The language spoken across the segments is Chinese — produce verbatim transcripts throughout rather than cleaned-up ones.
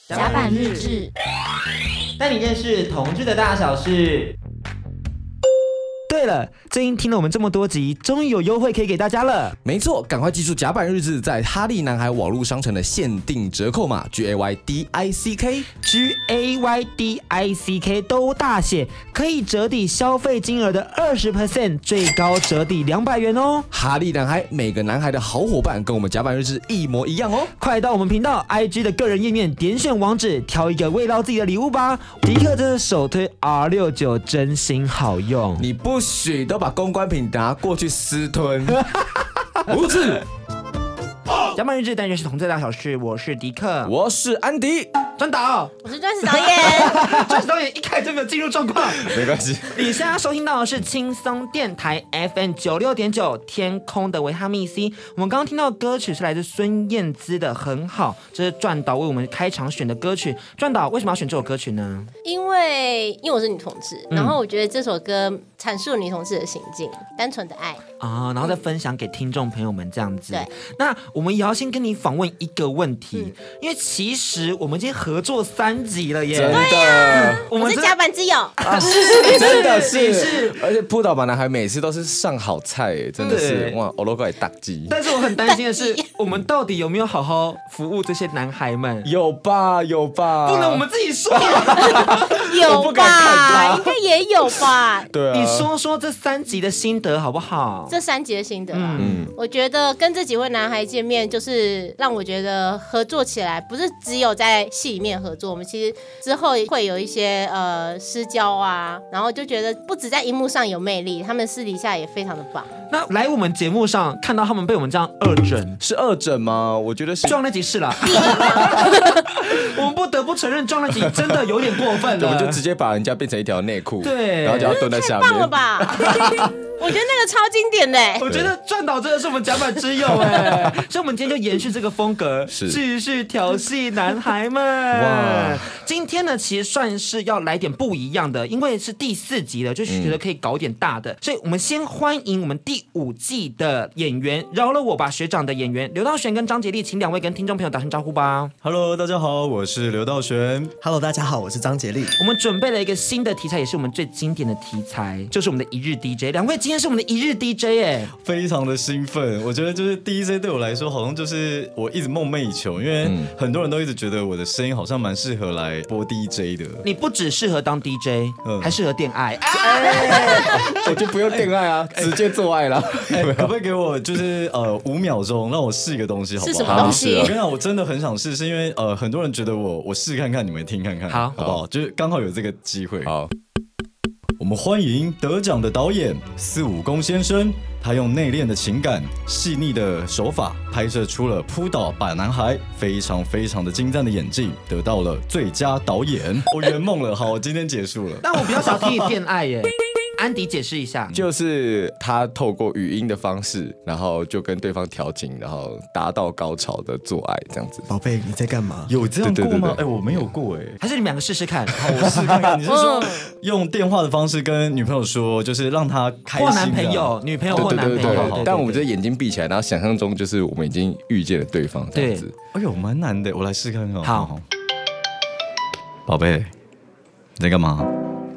甲板日志， 带你认识同志的大小事。对了，最近听了我们这么多集，终于有优惠可以给大家了。 没错，赶快记住甲板日志在哈利男孩网络商城的限定折扣码 G A Y D I C K G A Y D I C K 都大写，可以折抵消费金额的 百分之二十， 最高折抵两百元哦。 哈利男孩，每个男孩的好伙伴，跟我们甲板日志一模一样哦。 快到我们频道 I G 的个人页面，点选网址，挑一个慰劳自己的礼物吧。迪克真的首推 R 六十九，真心好用。 你不许都把公关品拿过去私吞，无耻！ 甲板日志，但愿是同志大小事，我是迪克， 我是安迪。 专导， 我是专职导演。 专职导演一开始就没有进入状况， 没关系。 你现在收听到的是轻松电台 F M 九六点九，天空的维他命 C。我们刚刚听到的歌曲是来自孙燕姿的《很好》，这是专导为我们开场选的歌曲。专导为什么要选这首歌曲呢？ 因为因为我是女同志，然后我觉得这首歌阐述了女同志的行径，单纯的爱啊，然后再分享给听众朋友们这样子。 对， 那我们也要先跟你访问一个问题，嗯、因为其实我们今天合作三集了耶， 真的， 对啊、 我们是甲板之友， 啊、是真的是，是而且扑倒吧男孩每次都是上好菜，真的是哇，我都快打击。 但是我很担心的是，我们到底有没有好好服务这些男孩们？ 有吧，有吧， 不能我们自己说， 有吧，应该也有吧。 对啊， 你说说这三集的心得好不好？ 这三集的心得啊， 嗯， 我觉得跟这几位男孩见面，就是让我觉得合作起来不是只有在戏里面合作，我们其实之后会有一些呃私交啊，然后就觉得不止在荧幕上有魅力，他们私底下也非常的棒。 那来我们节目上看到他们被我们这样二整， 是二整吗？我觉得是撞那集是啦。我们不得不承认撞那集真的有点过分了， 我们就直接把人家变成一条内裤， 对， 然后就要蹲在下面， 太棒了吧！我觉得那个超经典的、欸， 我觉得专导真的是我们甲板之友哎，所以我们今天就延续这个风格，继续调戏男孩们。哇，今天呢其实算是要来点不一样的，因为是第四集了，就觉得可以搞点大的，嗯、所以我们先欢迎我们第五季的演员饶了我吧学长的演员刘道玄跟张杰利，请两位跟听众朋友打声招呼吧。 Hello， 大家好，我是刘道玄。 Hello， 大家好，我是张杰利。 我们准备了一个新的题材，也是我们最经典的题材，就是我们的一日 D J。两位今天是我们的一日 D J 哎， 非常的兴奋。我觉得就是 D J 对我来说，好像就是我一直梦寐以求，因为很多人都一直觉得我的声音好像蛮适合来播 D J 的。 你不只适合当 D J，嗯、还适合恋爱。 哎、我就不用恋爱啊，直接做爱了。 哎、可不可以给我就是呃五秒钟，让我试一个东西，好不好？ 是什么东西？ 我跟你讲，我真的很想试，是因为呃很多人觉得我我试看看，你们听看看， 好， 好不好？就是刚好有这个机会。 好。 我们欢迎得奖的导演四五公先生，他用内敛的情感、细腻的手法拍摄出了《扑倒吧男孩》，非常非常的精湛的演技，得到了最佳导演。我圆梦了，好，我今天结束了。 但我比较想听你恋爱耶。安迪解释一下， 就是他透过语音的方式，然后就跟对方调情，然后达到高潮的做爱这样子。 宝贝，你在干嘛？ 有这样过吗？哎、欸，我没有过哎、欸。 还是你们两个试试看？ 好，我试看看。你是说用电话的方式跟女朋友说，就是让她开心、啊？ 或男朋友、女朋友或男朋友。 对对对对，但我们就眼睛闭起来，然后想象中就是我们已经遇见了对方这样子。 哎呦，蛮难的，我来试看看。 好， 好宝贝，你在干嘛？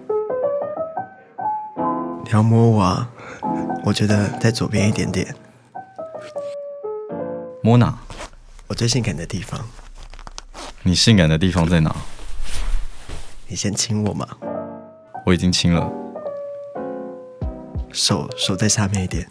你要摸我啊？我觉得在左边一点点。 摸哪？ 我最性感的地方。 你性感的地方在哪？ 你先亲我嘛。 我已经亲了。 手手在下面一点。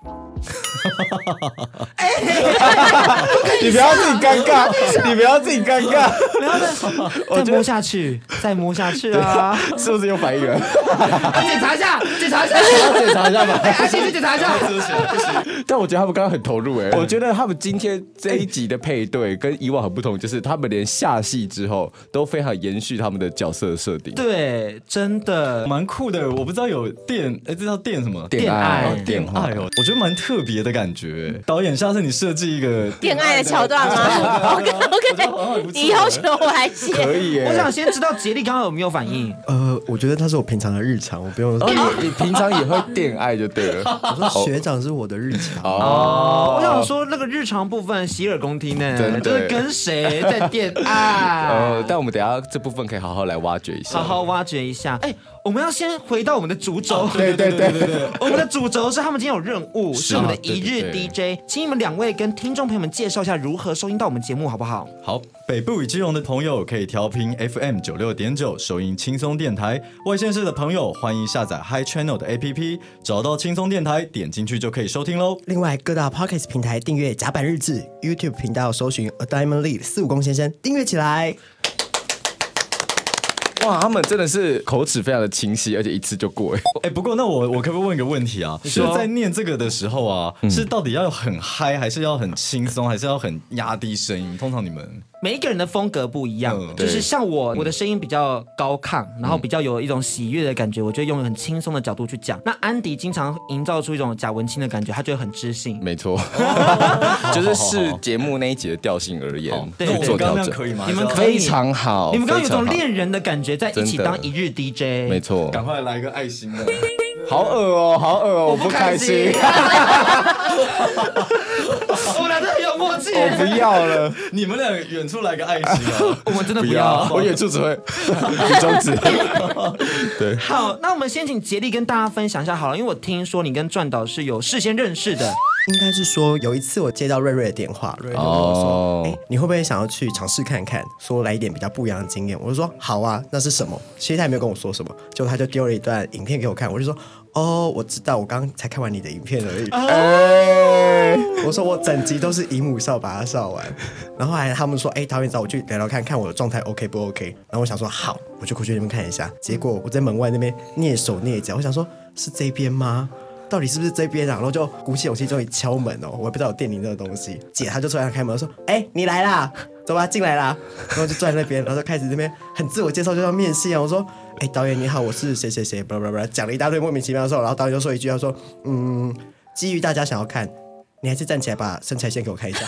你不要自己尴尬，你不要自己尴尬， 不要再再摸下去，再摸下去啊！ 是不是有反应了？ 检查一下，检查一下， 检查一下吧。 阿奇去检查一下。 但我觉得他们刚刚很投入哎，我觉得他们今天这一集的配对跟以往很不同，就是他们连下戏之后都非常延续他们的角色设定。 对，真的蛮酷的。我不知道有电，哎，这叫电什么？ 电爱， 电爱哦，我觉得蛮特特别的感觉。导演，下次你设计一个恋爱的桥段吗 ？OK OK， 你要求我来写， 可以耶。 我想先知道杰力刚刚有没有反应？ 呃，我觉得他是我平常的日常，我不用。 哦，你你平常也会恋爱就对了。 我说学长是我的日常。 哦，我想说那个日常部分洗耳恭听呢，就是跟谁在恋爱。 呃，但我们等一下这部分可以好好来挖掘一下， 好好挖掘一下。哎，我们要先回到我们的主轴。 对对对对对， 我们的主轴是他们今天有任务，是我们的一日 D J， 请你们两位跟听众朋友们介绍一下如何收听到我们节目，好不好？ 好，北部与基隆的朋友可以调频 F M 九六点九，收音轻松电台；外县市的朋友欢迎下载 Hi Channel 的 A P P， 找到轻松电台，点进去就可以收听喽。 另外，各大 Podcast 平台订阅甲板日志 ，YouTube 频道搜寻 A Diamond Lead 四五公先生，订阅起来。 哇，他们真的是口齿非常的清晰，而且一次就过。 哎，不过那我我可不可以问一个问题啊？是在念这个的时候啊，嗯、是到底要很嗨，还是要很轻松，还是要很压低声音？通常你们每一个人的风格不一样，嗯、就是像我，我的声音比较高亢，然后比较有一种喜悦的感觉，我就用很轻松的角度去讲。那安迪经常营造出一种贾文清的感觉，他就会很知性。 没错，哦、就是视节目那一集的调性而言， 对， 做调整可以吗？ 你们可以非常好， 你们刚刚有种恋人的感觉，在一起当一日 D J， 没错， 赶快来一个爱心的。 好恶哦，好恶哦，我不开心。 我们俩真的很有默契。 我不要了， 你们俩远处来个爱心啊！ 我们真的不要， 要我远处只会举中指。对， 好，那我们先请杰力跟大家分享一下好了，因为我听说你跟转导是有事先认识的。 应该是说有一次我接到瑞瑞的电话，瑞瑞就跟我说：“哎、oh. 欸，你会不会想要去尝试看看？说来一点比较不一样的经验。”我就说：“好啊，那是什么？”其实他也没有跟我说什么，结果他就丢了一段影片给我看，我就说：“哦，我知道，我刚刚才看完你的影片而已。Oh. 我说：“我整集都是姨母笑把它笑完。”然后后来他们说：“哎、欸，导演找我去聊聊看看我的状态 OK 不 OK？” 然后我想说：“好，我就过去那边看一下。”结果我在门外那边蹑手蹑脚，我想说：“是这边吗？”到底是不是这边啊？然后就鼓起勇气，终于敲门哦。我也不知道有电铃这个东西，姐她就突然开门说：“哎、欸，你来啦，走吧，进来啦。”然后就坐在那边，然后就开始那边很自我介绍，就像面试一样。我说：“哎、欸，导演你好，我是谁谁谁，巴拉巴拉，讲了一大堆莫名其妙的时候，然后导演就说一句，他说：嗯，基于大家想要看。”你还是站起来把身材先给我看一下，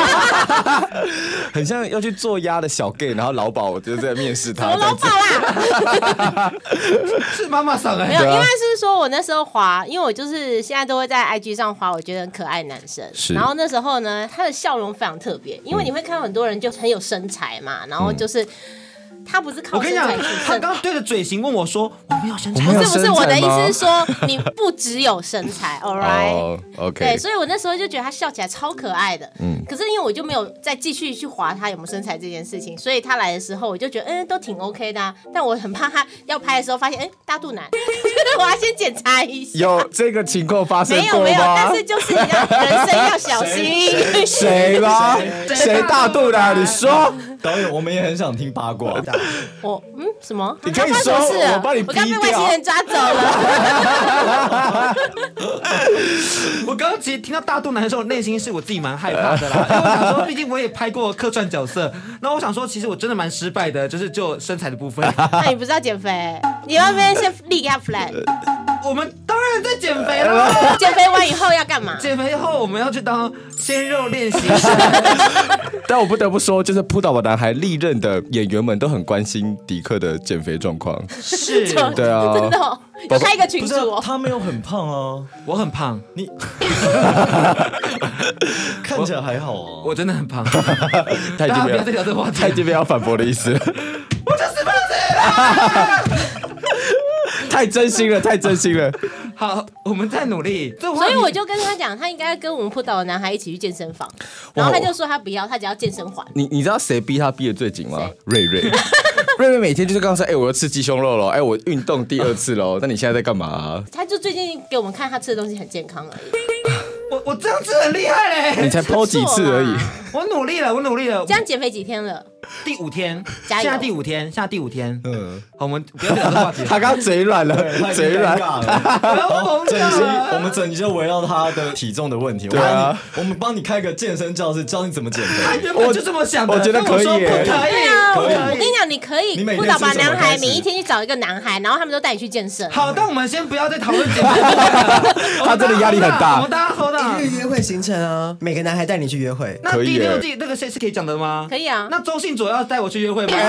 很像要去做鸭的小 gay， 然后老鸨就在面试他。 什么老鸨啦？ 是妈妈桑哎， 没有，因为是说我那时候滑，因为我就是现在都会在 I G 上滑，我觉得很可爱男生。然后那时候呢，他的笑容非常特别，因为你会看到很多人就很有身材嘛，然后就是。嗯他不是靠身材取胜。我跟你讲， 他刚对着嘴型问我说：“我没有身材。” 不是不是，我的意思是说，你不只有身材 ，all right？ OK。 对，所以我那时候就觉得他笑起来超可爱的。嗯。可是因为我就没有再继续去划他有没有身材这件事情，所以他来的时候我就觉得，嗯，都挺 OK 的啊。但我很怕他要拍的时候发现，哎，大肚腩，我要先检查一下。 有这个情况发生过吗？ 没有没有，但是就是要人生要小心。 谁吗？谁大肚腩？你说。 导演，我们也很想听八卦。 我嗯什么？ 你可以说，我帮你逼掉。 我刚被外星人抓走了。 我刚刚其实听到大肚腩的时候，内心是我自己蛮害怕的啦。因为我想说，毕竟我也拍过客串角色，那我想说，其实我真的蛮失败的，就是就身材的部分。 那你不是要减肥？你要不要先立一下 flag？ 我们当然在减肥了。 减肥完以后要干嘛？ 减肥后我们要去当鲜肉练习生。 但我不得不说，就是扑倒吧男孩历任的演员们都很关心迪克的减肥状况。 是， 对啊， 真的、哦。有开一个群组哦。 他没有很胖啊， 我很胖， 你看起来还好啊。 我真的很胖。 他已经没有再聊这个话题， 他已经没有反驳的意思。 我就是胖子啦。 太真心了，太真心了。 好，我们再努力。 所以我就跟他讲，他应该跟我们扑倒的男孩一起去健身房。然后他就说他不要，他只要健身环。 你你知道谁逼他逼得最紧吗？瑞瑞。瑞瑞每天就是刚说，哎、欸，我要吃鸡胸肉了，哎、欸，我运动第二次了。那你现在在干嘛、啊？ 他就最近给我们看他吃的东西很健康而已。 我我这样吃很厉害嘞！ 你才剖几次而已。 我努力了，我努力了。 这样减肥几天了？ 第五天， 加油！ 现在第五天，现在第五天。嗯，好，我们不要讲这话题。 他刚嘴软了，嘴软了。我要疯了。我们整集就围绕他的体重的问题。 对啊， 我们帮你开个健身教室，教你怎么减肥。 他原本就这么想的， 我觉得可以，可以啊。 我跟你讲， 你可以扑倒吧男孩，每一天去找一个男孩，然后他们都带你去健身。 好，但我们先不要再讨论减肥了， 他真的压力很大。 我们大家喝的一日约会行程啊，每个男孩带你去约会。 那第六季那个谁是可以讲的吗？ 可以啊。 那周信佐要带我去约会吗？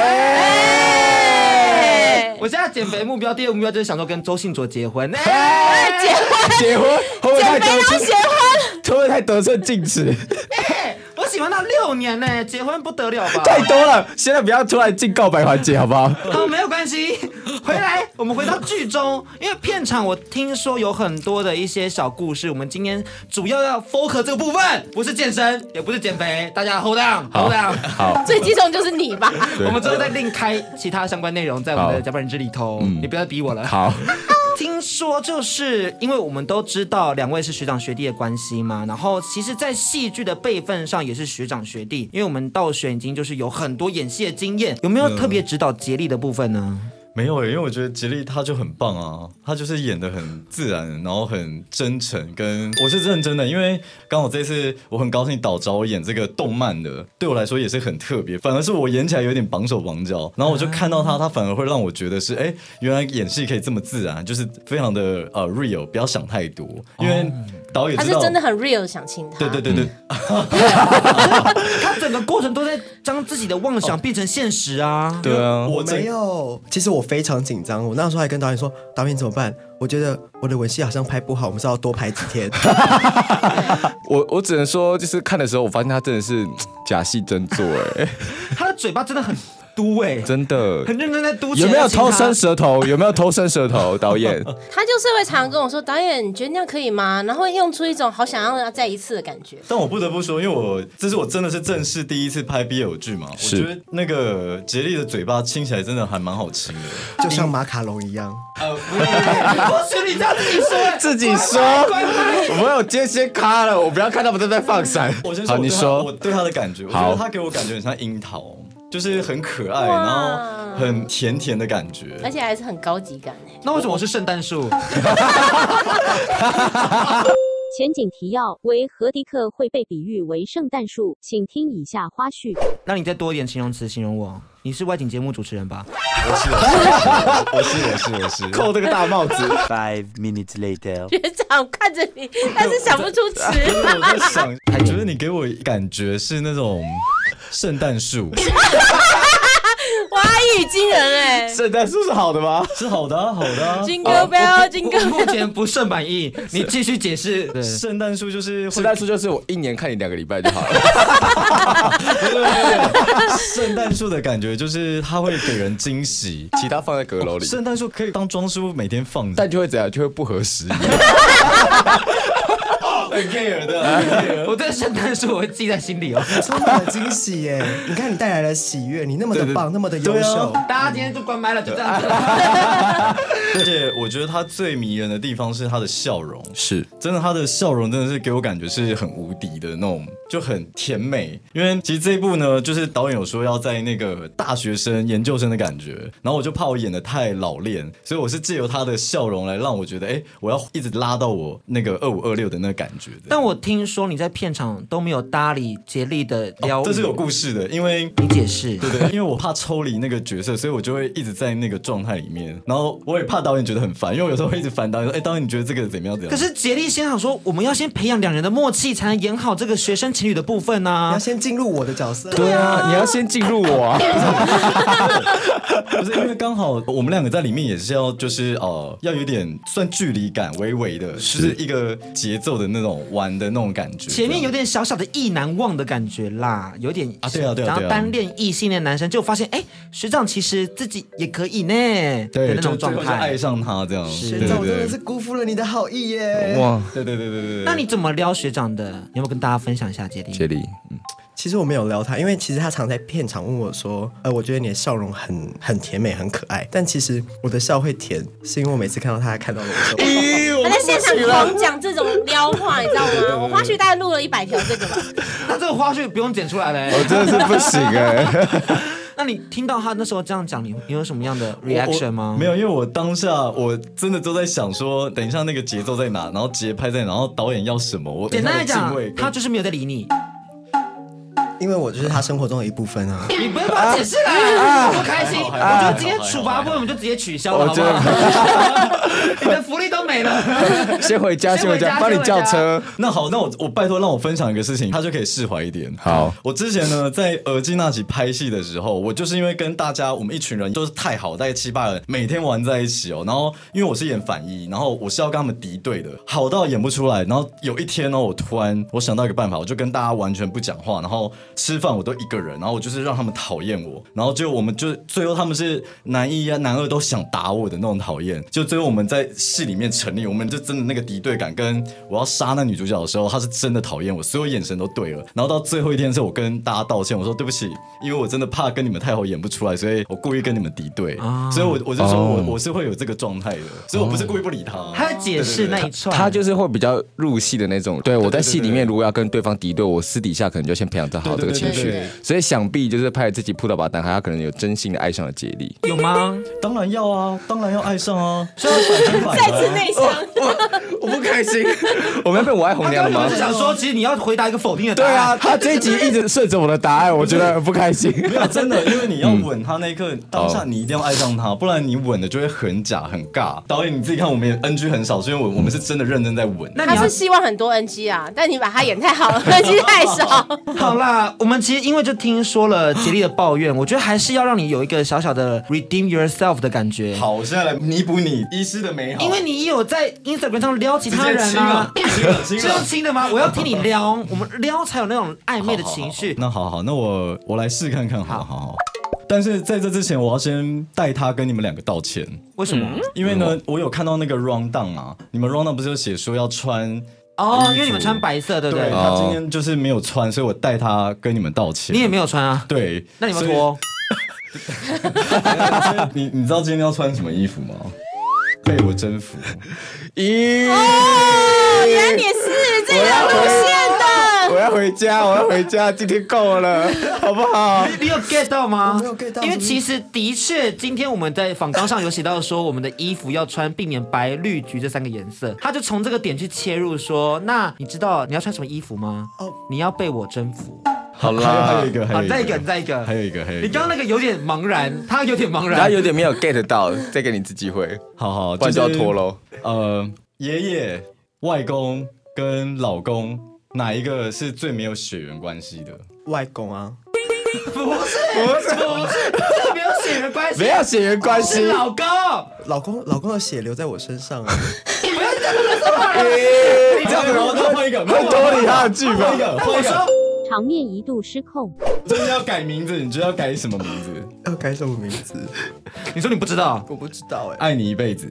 哎， 我现在减肥目标第二个目标就是想说跟周信佐结婚。 哎，结婚， 结婚，会不会太得寸？结婚， 会不会太得寸进尺？ 哎，我喜欢他六年呢，结婚不得了吧？ 太多了，现在不要突然进告白环节，好不好？ 好，没有关系。回来，我们回到剧中，因为片场我听说有很多的一些小故事，我们今天主要要 focus 这个部分，不是健身，也不是减肥，大家 hold down，hold down。 好， 最激动就是你吧？ 我们之后再另开其他相关内容，在我们的甲板日志里头，你不要逼我了。 好。 听说就是因为我们都知道两位是学长学弟的关系嘛，然后其实在戏剧的辈分上也是学长学弟，因为我们道玄已经就是有很多演戏的经验，有没有特别指导竭力的部分呢？ 没有，因为我觉得竭力他就很棒啊，他就是演得很自然，然后很真诚，跟我是认真的，因为刚好这次我很高兴导找我演这个动漫的，对我来说也是很特别，反而是我演起来有点绑手绑脚，然后我就看到他，他反而会让我觉得是，哎，原来演戏可以这么自然，就是非常的呃 real， 不要想太多，因为导演知道他是真的很 real 想亲他， 对对对对， 嗯、他整个过程都在将自己的妄想变成现实啊， 对啊， 我没有，其实我非常紧张，我那时候还跟导演说，导演怎么办？我觉得我的吻戏好像拍不好，我们是要多拍几天。 我我只能说，就是看的时候，我发现他真的是假戏真做，哎， 他的嘴巴真的很嘟哎、欸， 真的很认真在嘟。 有没有偷伸舌头？有没有偷伸舌头？导演， 他就是会常跟我说，导演，你觉得那样可以吗？然后会用出一种好想要再一次的感觉。 但我不得不说，因为我这是我真的是正式第一次拍 B L 剧嘛，我觉得那个竭力的嘴巴亲起来真的还蛮好亲的， 就像马卡龙一样。 呃，不是，你这样自己说， 自己说，我没有接先卡了，我不要看他们都在放闪。 我先说， 好，你说， 我对他的感觉，我觉得他给我感觉很像樱桃。就是很可爱，然后很甜甜的感觉， 而且还是很高级感哎。 那为什么我是圣诞树？ 前景提要：为何迪克会被比喻为圣诞树？请听以下花絮。 那你再多一点形容词形容我。你是外景节目主持人吧？ 我是，我是，我是，我是， 扣这个大帽子。 Five minutes later， 学长看着你，但是想不出词。 我在想，我觉得你给我感觉是那种圣诞树。 哇，一语惊人哎！ 圣诞树是好的吗？ 是好的、啊，好的、啊。 Jingle bell, jingle bell。 目前不甚满意，你继续解释。 圣诞树就是圣诞树就是我一年看你两个礼拜就好了。 圣诞树的感觉就是它会给人惊喜， 其他放在阁楼里。 圣诞树可以当装饰物每天放着， 但就会怎样？就会不合时宜。 很 care 的， 我对圣诞树我会记在心里哦， 充满了惊喜耶！你看你带来了喜悦，你那么的棒，那么的优秀， 大家今天就关麦了，就这样子。 而且我觉得他最迷人的地方是他的笑容， 是真的，他的笑容真的是给我感觉是很无敌的那种，就很甜美。因为其实这一部呢，就是导演有说要在那个大学生、研究生的感觉，然后我就怕我演得太老练，所以我是借由他的笑容来让我觉得，哎，我要一直拉到我那个二五二六的那个感觉。 但我听说你在片场都没有搭理竭力的撩、 哦，这是有故事的，因为你解释， 对对，因为我怕抽离那个角色，所以我就会一直在那个状态里面，然后我也怕导演觉得很烦，因为我有时候会一直烦导演说，哎，导演你觉得这个怎么样怎么样？ 可是竭力先想说，我们要先培养两人的默契，才能演好这个学生情侣的部分啊。 你要先进入我的角色， 对啊，你要先进入我啊。 不是因为刚好我们两个在里面也是要就是呃要有点算距离感，微微的，就是一个节奏的那种。玩的那种感觉， 前面有点小小的意难忘的感觉啦，有点啊，对啊，对啊， 然后单恋异性恋男生就发现，哎，学长其实自己也可以呢， 对的那种状态， 爱上他这样， 学长真的是辜负了你的好意耶！ 哇， 对对对对对。 那你怎么撩学长的？有没有跟大家分享一下？竭力， 竭力，嗯。 其实我没有撩他，因为其实他常在片场问我说：“呃，我觉得你的笑容很很甜美，很可爱。”但其实我的笑会甜，是因为我每次看到他看到我的时候， 他在现场狂讲这种撩话，你知道吗？我花絮大概录了一百条这个吧。 那这个花絮不用剪出来嘞， 我真的是不行哎。 那你听到他那时候这样讲，你你有什么样的 reaction 吗？ 没有，因为我当下我真的都在想说，等一下那个节奏在哪，然后节拍在哪，然后导演要什么。我简单来讲，他就是没有在理你。 因为我就是他生活中的一部分啊。 你不要帮我解释啦，我不开心。我觉得今天处罚部分我们就直接取消了，好不好？你的福利都没了。 先回家，先回家，帮你叫车。 那好，那我我拜托让我分享一个事情，他就可以释怀一点。 好， 我之前呢在耳机那集拍戏的时候，我就是因为跟大家我们一群人都是太好，大概七八人每天玩在一起哦。然后因为我是演反一，然后我是要跟他们敌对的，好到演不出来。然后有一天呢，我突然我想到一个办法，我就跟大家完全不讲话，然后吃饭我都一个人，然后我就是让他们讨厌我，然后就我们就最后他们是男一啊男二都想打我的那种讨厌，就最后我们在戏里面成立，我们就真的那个敌对感，跟我要杀那女主角的时候，她是真的讨厌我，所有眼神都对了。然后到最后一天的时候，我跟大家道歉，我说对不起，因为我真的怕跟你们太好演不出来，所以我故意跟你们敌对，啊、所以我我就说我我是会有这个状态的，所以我不是故意不理他。 他在解释那一串， 他就是会比较入戏的那种。对，我在戏里面如果要跟对方敌对，我私底下可能就先培养好这个情绪，所以想必就是拍自己扑倒吧男孩，他可能有真心的爱上了杰利， 有吗？ 当然要啊，当然要爱上啊，再次内向， 我不开心。 我们要被我爱红娘了吗？ 我是想说，其实你要回答一个否定的答案。 对啊，他这一集一直顺着我的答案，我觉得很不开心。 没有真的，因为你要吻他那一刻，当下你一定要爱上他，不然你吻的就会很假很尬。导演你自己看，我们也 N G 很少，是因为我我们是真的认真在吻。 那他是希望很多 N G 啊，但你把他演太好了 ，N G 太少。 好啦，我们其实因为就听说了杰利的抱怨，我觉得还是要让你有一个小小的 redeem yourself 的感觉。 好，我现在来弥补你医师的美好。 因为你有在 Instagram 上撩其他人啊，是用亲的吗？我要听你撩，我们撩才有那种暧昧的情绪。 那好好，那我我来试看看，好好好。但是在这之前，我要先带他跟你们两个道歉。 为什么？ 嗯、因为呢，我有看到那个 round down 啊，你们 round down 不是有写说要穿哦，因为你们穿白色，对不对？ 对，他今天就是没有穿，所以我带他跟你们道歉。 你也没有穿啊？ 对， 那你们脱？ 你你知道今天要穿什么衣服吗？被我征服。 咦、 哦，原来你是这条路线的。 我要回家，我要回家，今天够了，好不好？ 你, 你有 get 到吗？ 我没有 get 到， 因为其实的确，今天我们在访纲上有写到说，我们的衣服要穿避免白、绿、橘这三个颜色。他就从这个点去切入说，那你知道你要穿什么衣服吗？哦，你要被我征服。 好啦， 还有一个，还有一个， 再一个，再一个， 还有一个，还有一个。 你刚刚那个有点茫然，他有点茫然， 他有点没有 get 到，再给你一次机会。 好好， 不然就要脱喽。 呃，爷爷、外公跟老公，哪一个是最没有血缘关系的？ 外公啊。 不是，不是，不是，这没有血缘关系， 没有血缘关系。 是老公， 老公，老公的血留在我身上啊！ 不要这样说话了， 你这样子， 我再换一个， 会脱离他的剧本。 换一个，换一个。 场面一度失控。 真的要改名字，你觉得要改什么名字？ 要改什么名字？ 你说你不知道？ 我不知道哎、欸。 爱你一辈子。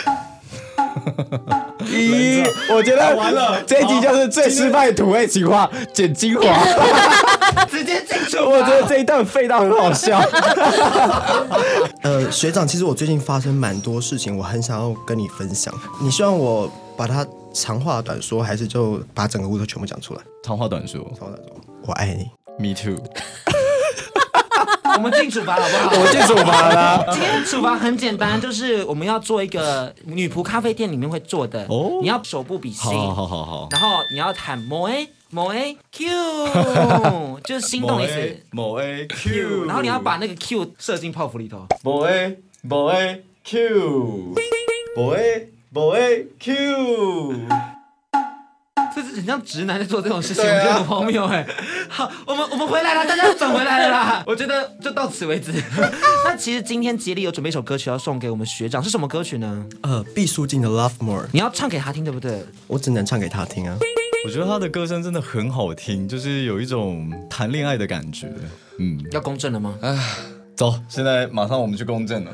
咦，我觉得完了， 这一集就是最失败的土味情话，剪精华， 直接进去。 我觉得这一段废到很好笑。 呃，学长，其实我最近发生蛮多事情，我很想要跟你分享。你希望我把它长话短说，还是就把整个故事全部讲出来？ 长话短说。 长话短说。我爱你。 Me too。 我们进处罚好不好？ 我们进处罚了。 今天处罚很简单，就是我们要做一个女仆咖啡店里面会做的。哦。你要手部比心。 好好好好。 然后你要喊某 A 某 A Q， 就是心动的意思。 某 A Q。 然后你要把那个 Q 射进泡芙里头。 某 A 某 A Q。某 A 某 A Q。 这是很像直男在做这种事情，我觉得很荒谬哎。好，我们我们回来了，大家转回来了啦。我觉得就到此为止。那其实今天杰利有准备一首歌曲要送给我们学长，是什么歌曲呢？ 呃，毕书尽的《Love More》。 你要唱给他听，对不对？ 我只能唱给他听啊。 我觉得他的歌声真的很好听，就是有一种谈恋爱的感觉。嗯， 要公正了吗？ 啊，走，现在马上我们去公正了。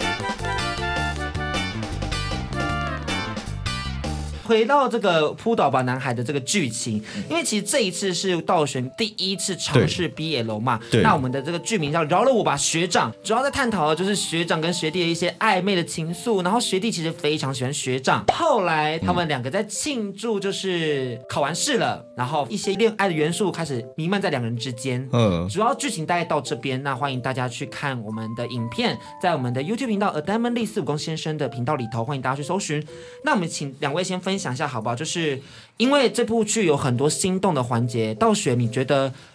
回到这个扑倒吧男孩的这个剧情，因为其实这一次是道玄第一次尝试 B L 嘛，那我们的这个剧名叫饶了我吧学长，主要在探讨的就是学长跟学弟的一些暧昧的情愫，然后学弟其实非常喜欢学长，后来他们两个在庆祝就是考完试了，然后一些恋爱的元素开始弥漫在两人之间，嗯，主要剧情大概到这边，那欢迎大家去看我们的影片，在我们的 YouTube 频道 A Diamond Lee 四五公先生的频道里头，欢迎大家去搜寻。那我们请两位先分享一下好不好？就是因为这部剧有很多心动的环节，道玄你觉得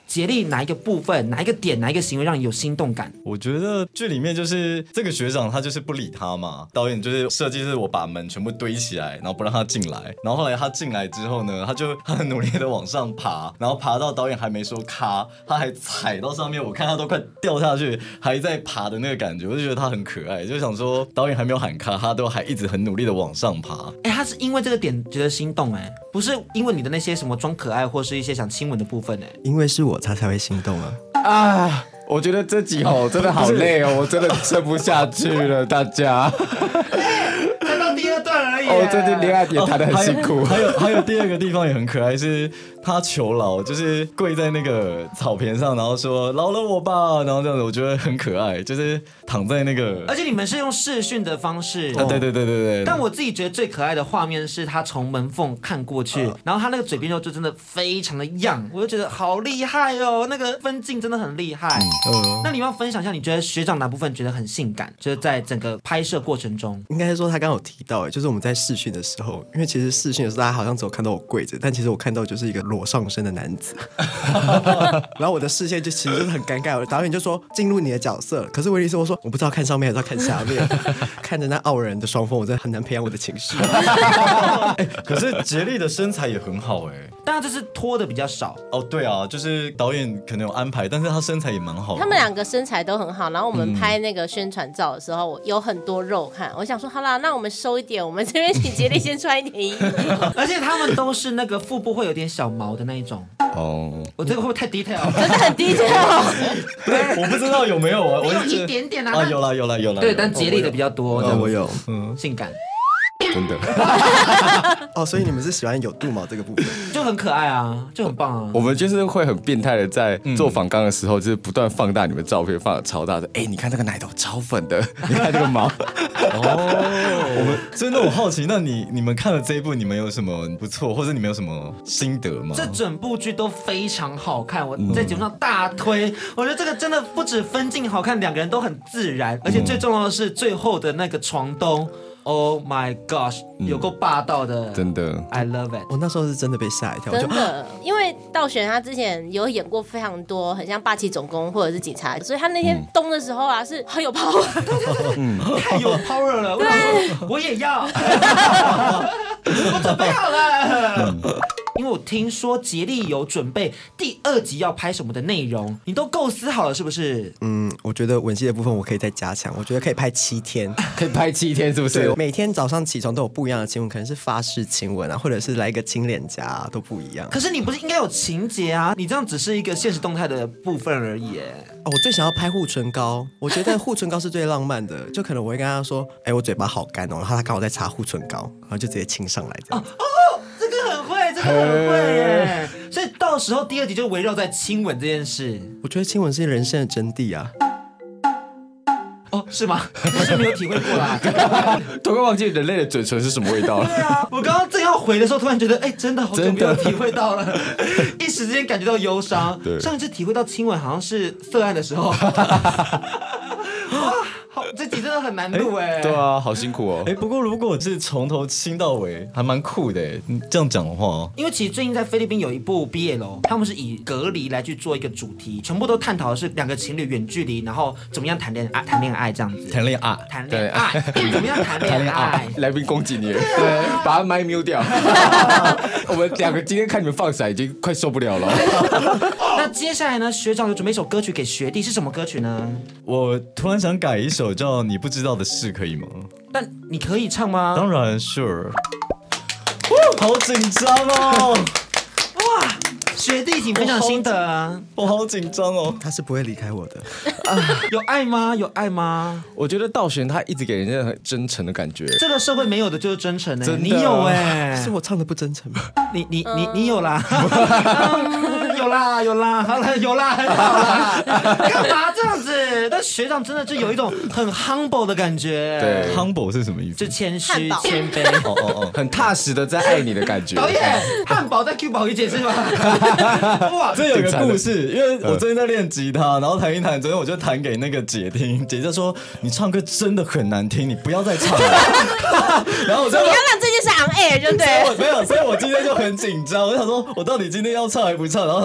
杰力哪一个部分、哪一个点、哪一个行为让你有心动感？ 我觉得剧里面就是这个学长他就是不理他嘛，导演就是设计是我把门全部堆起来，然后不让他进来，然后后来他进来之后呢，他就他很努力的往上爬，然后爬到导演还没说咔，他还踩到上面，我看他都快掉下去，还在爬的那个感觉，我就觉得他很可爱，就想说导演还没有喊咔，他都还一直很努力的往上爬。 哎、欸，他是因为这个点觉得心动哎、欸，不是因为你的那些什么装可爱或是一些想亲吻的部分哎、欸， 因为是我他才会心动啊啊！我觉得这集吼真的好累哦，我真的撑不下去了，大家。 才到第二段而已、 欸。哦，最近恋爱也谈得很辛苦。 哦、还有还有, 还有第二个地方也很可爱，是他求饶，就是跪在那个草坪上，然后说饶了我吧，然后这样子，我觉得很可爱，就是躺在那个。 而且你们是用视讯的方式。 啊，对对对对对。 但我自己觉得最可爱的画面是他从门缝看过去，呃、然后他那个嘴边肉就真的非常的样，我就觉得好厉害哦，那个分镜真的很厉害。嗯。呃、那你要分享一下，你觉得学长哪部分觉得很性感？就是在整个拍摄过程中， 应该说他刚刚有提到，就是我们在视讯的时候，因为其实视讯的时候大家好像只有看到我跪着，但其实我看到就是一个裸上身的男子，然后我的视线就其实就是很尴尬，导演就说进入你的角色，可是问题是我说我不知道看上面还是要看下面，看着那傲人的双峰，我真的很难培养我的情绪。 欸、可是杰力的身材也很好哎、欸， 但他就是拖的比较少哦。对啊，就是导演可能有安排，但是他身材也蛮好的。 他们两个身材都很好，然后我们拍那个宣传照的时候，有很多肉看。我想说，好啦，那我们收一点，我们这边请杰力先穿一点衣服。 而且他们都是那个腹部会有点小毛的那一种。哦，我这个会不会太 detail？ 真的很 detail。 对，我不知道有没有啊，我有一点点啊。 啊，有啦有啦有啦。 对，但杰力的比较多。 哦，我有， 嗯，性感。 真的哦，所以你们是喜欢有肚毛这个部分， 就很可爱啊，就很棒啊。 我们就是会很变态的，在做访纲的时候，就是不断放大你们照片，放的超大的。哎、欸，你看这个奶头超粉的，你看这个毛。 哦，我们真的我好奇，那你你们看了这一部，你们有什么不错，或者你们有什么心得吗？ 这整部剧都非常好看，我在节目上大推。嗯、我觉得这个真的不止分镜好看，两个人都很自然，而且最重要的是最后的那个床洞。Oh my gosh， 有够霸道的， 嗯、真的 ，I love it。 我那时候是真的被吓一跳， 真的，因为道玄他之前有演过非常多很像霸气总攻或者是警察，所以他那天动的时候啊是很有 power， 嗯，太有 power 了，我我也要，我准备好了。嗯因为我听说杰力有准备第二集要拍什么的内容，你都构思好了是不是？ 嗯，我觉得吻戏的部分我可以再加强，我觉得可以拍七天， 可以拍七天是不是？ 每天早上起床都有不一样的亲吻，可能是发式亲吻啊，或者是来一个亲脸颊、啊，都不一样。 可是你不是应该有情节啊？你这样只是一个现实动态的部分而已。 哦，我最想要拍护唇膏，我觉得护唇膏是最浪漫的，就可能我会跟他说，哎、欸，我嘴巴好干哦，然后他刚好在擦护唇膏，然后就直接亲上来这样。 哦哦这个很会，这个很会耶！所以到时候第二集就围绕在亲吻这件事。 我觉得亲吻是人生的真谛啊！ 哦，是吗？我是没有体会过啦。 都快忘记人类的嘴唇是什么味道了。 对啊，我刚刚正要回的时候，突然觉得，哎、欸，真的好久没有体会到了，一时之间感觉到忧伤。上一次体会到亲吻好像是色案的时候。哇，好，这集真的很难录哎、 欸。对啊，好辛苦哦。 哎、欸，不过如果是从头亲到尾，还蛮酷的哎。你这样讲的话， 因为其实最近在菲律宾有一部 B L， 他们是以隔离来去做一个主题，全部都探讨的是两个情侣远距离，然后怎么样谈恋爱，谈恋爱这样子。 谈恋爱， 谈恋爱，怎么样谈恋爱？ 来宾攻击你，对，把他麦 mute 掉。我们两个今天看你们放闪，已经快受不了了。 那接下来呢？学长有准备一首歌曲给学弟，是什么歌曲呢？ 我突然想改一首叫《你不知道的事》，可以吗？ 但你可以唱吗？ 当然 ，sure。好紧张哦！ 哇，学弟，请分享心得啊！ 我好紧张哦。 他是不会离开我的。 有爱吗？有爱吗？ 我觉得道玄他一直给人家很真诚的感觉。 这个社会没有的就是真诚哎、欸， 你有哎、 欸，是我唱的不真诚吗？ 你你你你有啦。有啦有啦，好了有啦，很好啦，干嘛这样子？但学长真的就有一种很 humble 的感觉。 对 ，humble 是什么意思？ 就谦虚谦卑， 哦哦哦，很踏实的在爱你的感觉。 导演，汉堡在 Q 宝仪解释吗？ 哇，这有一个故事，因为我最近在练吉他，然后弹一弹，昨天我就弹给那个姐听，姐就说你唱歌真的很难听，你不要再唱了。然后我就你要让这件事 on air 就对。 没有，所以我今天就很紧张，我想说我到底今天要唱还不唱？然后想说。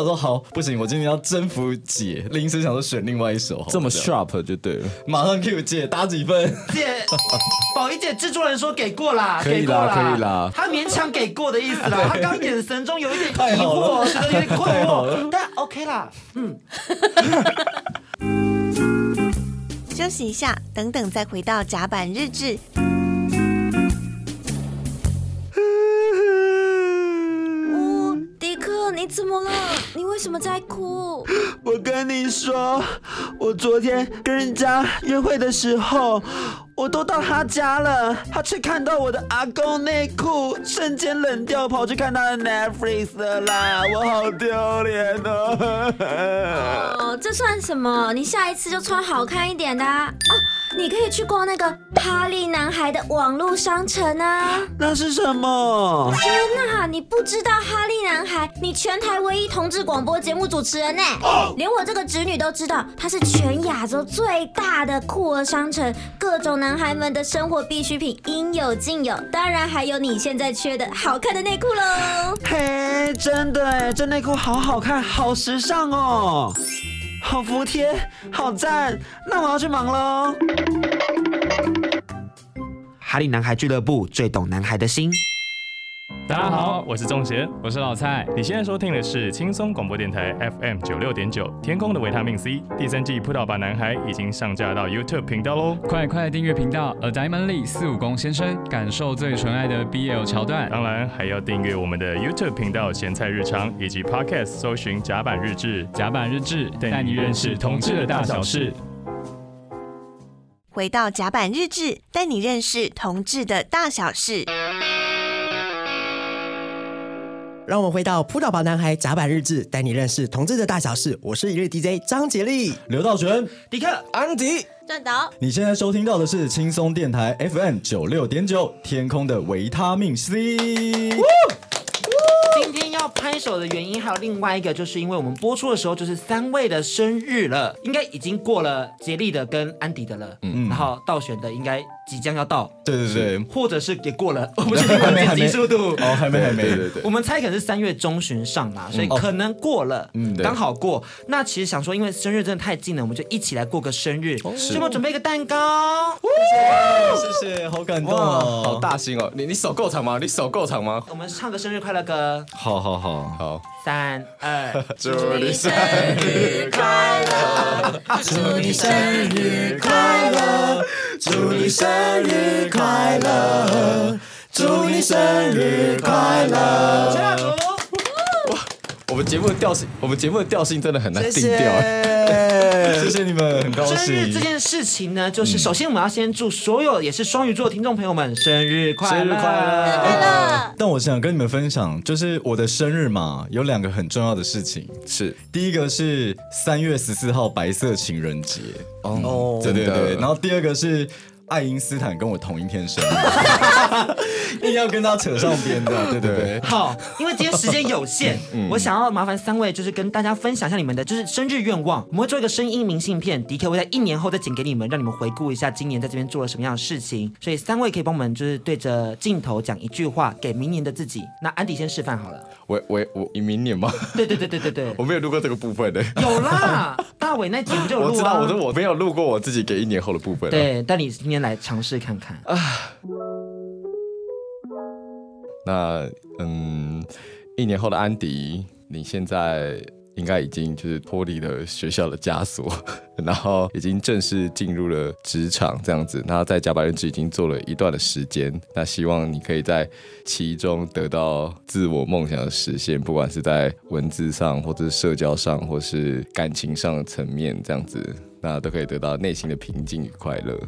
说好，不行，我今天要征服姐，临时想说选另外一首， 这么 sharp 就对了。 马上 Q 姐打几分？ 姐，宝仪姐，制作人说给过啦， 可以啦，可以啦， 他勉强给过的意思啦。他刚眼神中有一点疑惑，觉得有点困惑，但 OK 啦，嗯。 休息一下，等等再回到甲板日志。 哦，迪克，你怎么了？你为什么在哭？ 我跟你说，我昨天跟人家约会的时候，我都到他家了，他却看到我的阿公内裤，瞬间冷掉，跑去看他的 Netflix 了啦，我好丢脸哦。 哦，这算什么？你下一次就穿好看一点的啊。哦，你可以去逛那个哈利男孩的网络商城啊。 那是什么？ 天哪，你不知道哈利男孩？你全台唯一同志广播节目主持人呢，连我这个侄女都知道，他是全亚洲最大的酷儿商城，各种男孩们的生活必需品应有尽有，当然还有你现在缺的好看的内裤喽。 嘿，真的哎，这内裤好好看，好时尚哦，好服帖，好赞！那我要去忙喽。哈利男孩俱乐部最懂男孩的心。 大家好，我是仲贤，我是老蔡。你现在收听的是轻松广播电台 F M 九六点九，天空的维他命 C 第三季《扑倒吧男孩》已经上架到 YouTube 频道喽， 快快订阅频道 A Diamond Lee 四五公先生，感受最纯爱的 B L 桥段。 当然还要订阅我们的 YouTube 频道咸菜日常，以及 Podcast 搜寻甲板日志， 甲板日志带你认识同志的大小事。 回到甲板日志，带你认识同志的大小事。 让我们回到扑倒吧男孩甲板日志，带你认识同志的大小事。我是一日 D J 张杰利、 刘道玄、 迪克、 安迪、 段导。 你现在收听到的是轻松电台 F M 九六点九，天空的维他命 C。 今天要拍手的原因还有另外一个，就是因为我们播出的时候就是三位的生日了，应该已经过了杰利的跟安迪的了，嗯，然后道玄的应该即将要到， 对对对， 或者是也过了，我们是还没还没速度哦，还没还没，对对对， 我们猜可能是三月中旬上嘛，所以可能过了，嗯，刚好过。那其实想说，因为生日真的太近了，我们就一起来过个生日，所以我们准备一个蛋糕， 谢谢，好感动哦， 好大心哦，你你手够长吗？你手够长吗？ 我们唱个生日快乐歌， 好好好好， 三二， 祝你生日快乐， 祝你生日快乐，祝你生日快乐，祝你生日快乐。 陈老竹， 我们节目的调性，我们节目的调性真的很难定调。 谢谢你们，很高兴。 生日这件事情呢，就是首先我们要先祝所有也是双鱼座的听众朋友们生日快乐， 生日快乐， 快乐。 但我想跟你们分享，就是我的生日嘛，有两个很重要的事情。 是， 第一个是三月十四号白色情人节， 哦， 对对对。然后第二个是爱因斯坦跟我同一天生日，硬要跟他扯上边的，对对对。 好，因为今天时间有限，嗯、我想要麻烦三位，就是跟大家分享一下你们的就是生日愿望。我们会做一个声音明信片，迪克会在一年后再剪给你们，让你们回顾一下今年在这边做了什么样的事情。所以三位可以帮我们就是对着镜头讲一句话给明年的自己。那安迪先示范好了。 我我我，明年吗？ 对对对对对对， 我没有录过这个部分的。 有啦，大伟那集不就有录啊？ 我知道，我说我没有录过我自己给一年后的部分。 对，但你今天来尝试看看啊。 那嗯，一年后的安迪，你现在应该已经就是脱离了学校的枷锁，然后已经正式进入了职场这样子。那在甲板日志已经做了一段的时间，那希望你可以在其中得到自我梦想的实现，不管是在文字上，或者是社交上，或是感情上的层面这样子，那都可以得到内心的平静与快乐。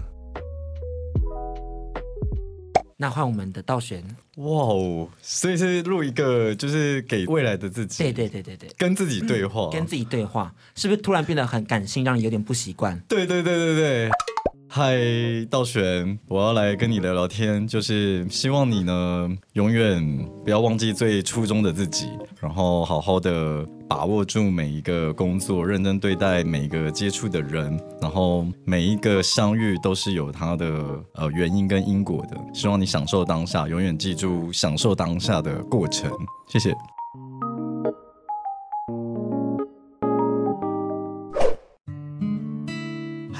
那换我们的道玄， 哇哦！所以是录一个，就是给未来的自己， 对对对对对， 跟自己对话、 嗯，跟自己对话，是不是突然变得很感性，让你有点不习惯？ 对对对对对。嗨，道玄，我要来跟你聊聊天，就是希望你呢永远不要忘记最初衷的自己，然后好好的把握住每一个工作，认真对待每一个接触的人，然后每一个相遇都是有它的呃原因跟因果的。希望你享受当下，永远记住享受当下的过程。谢谢。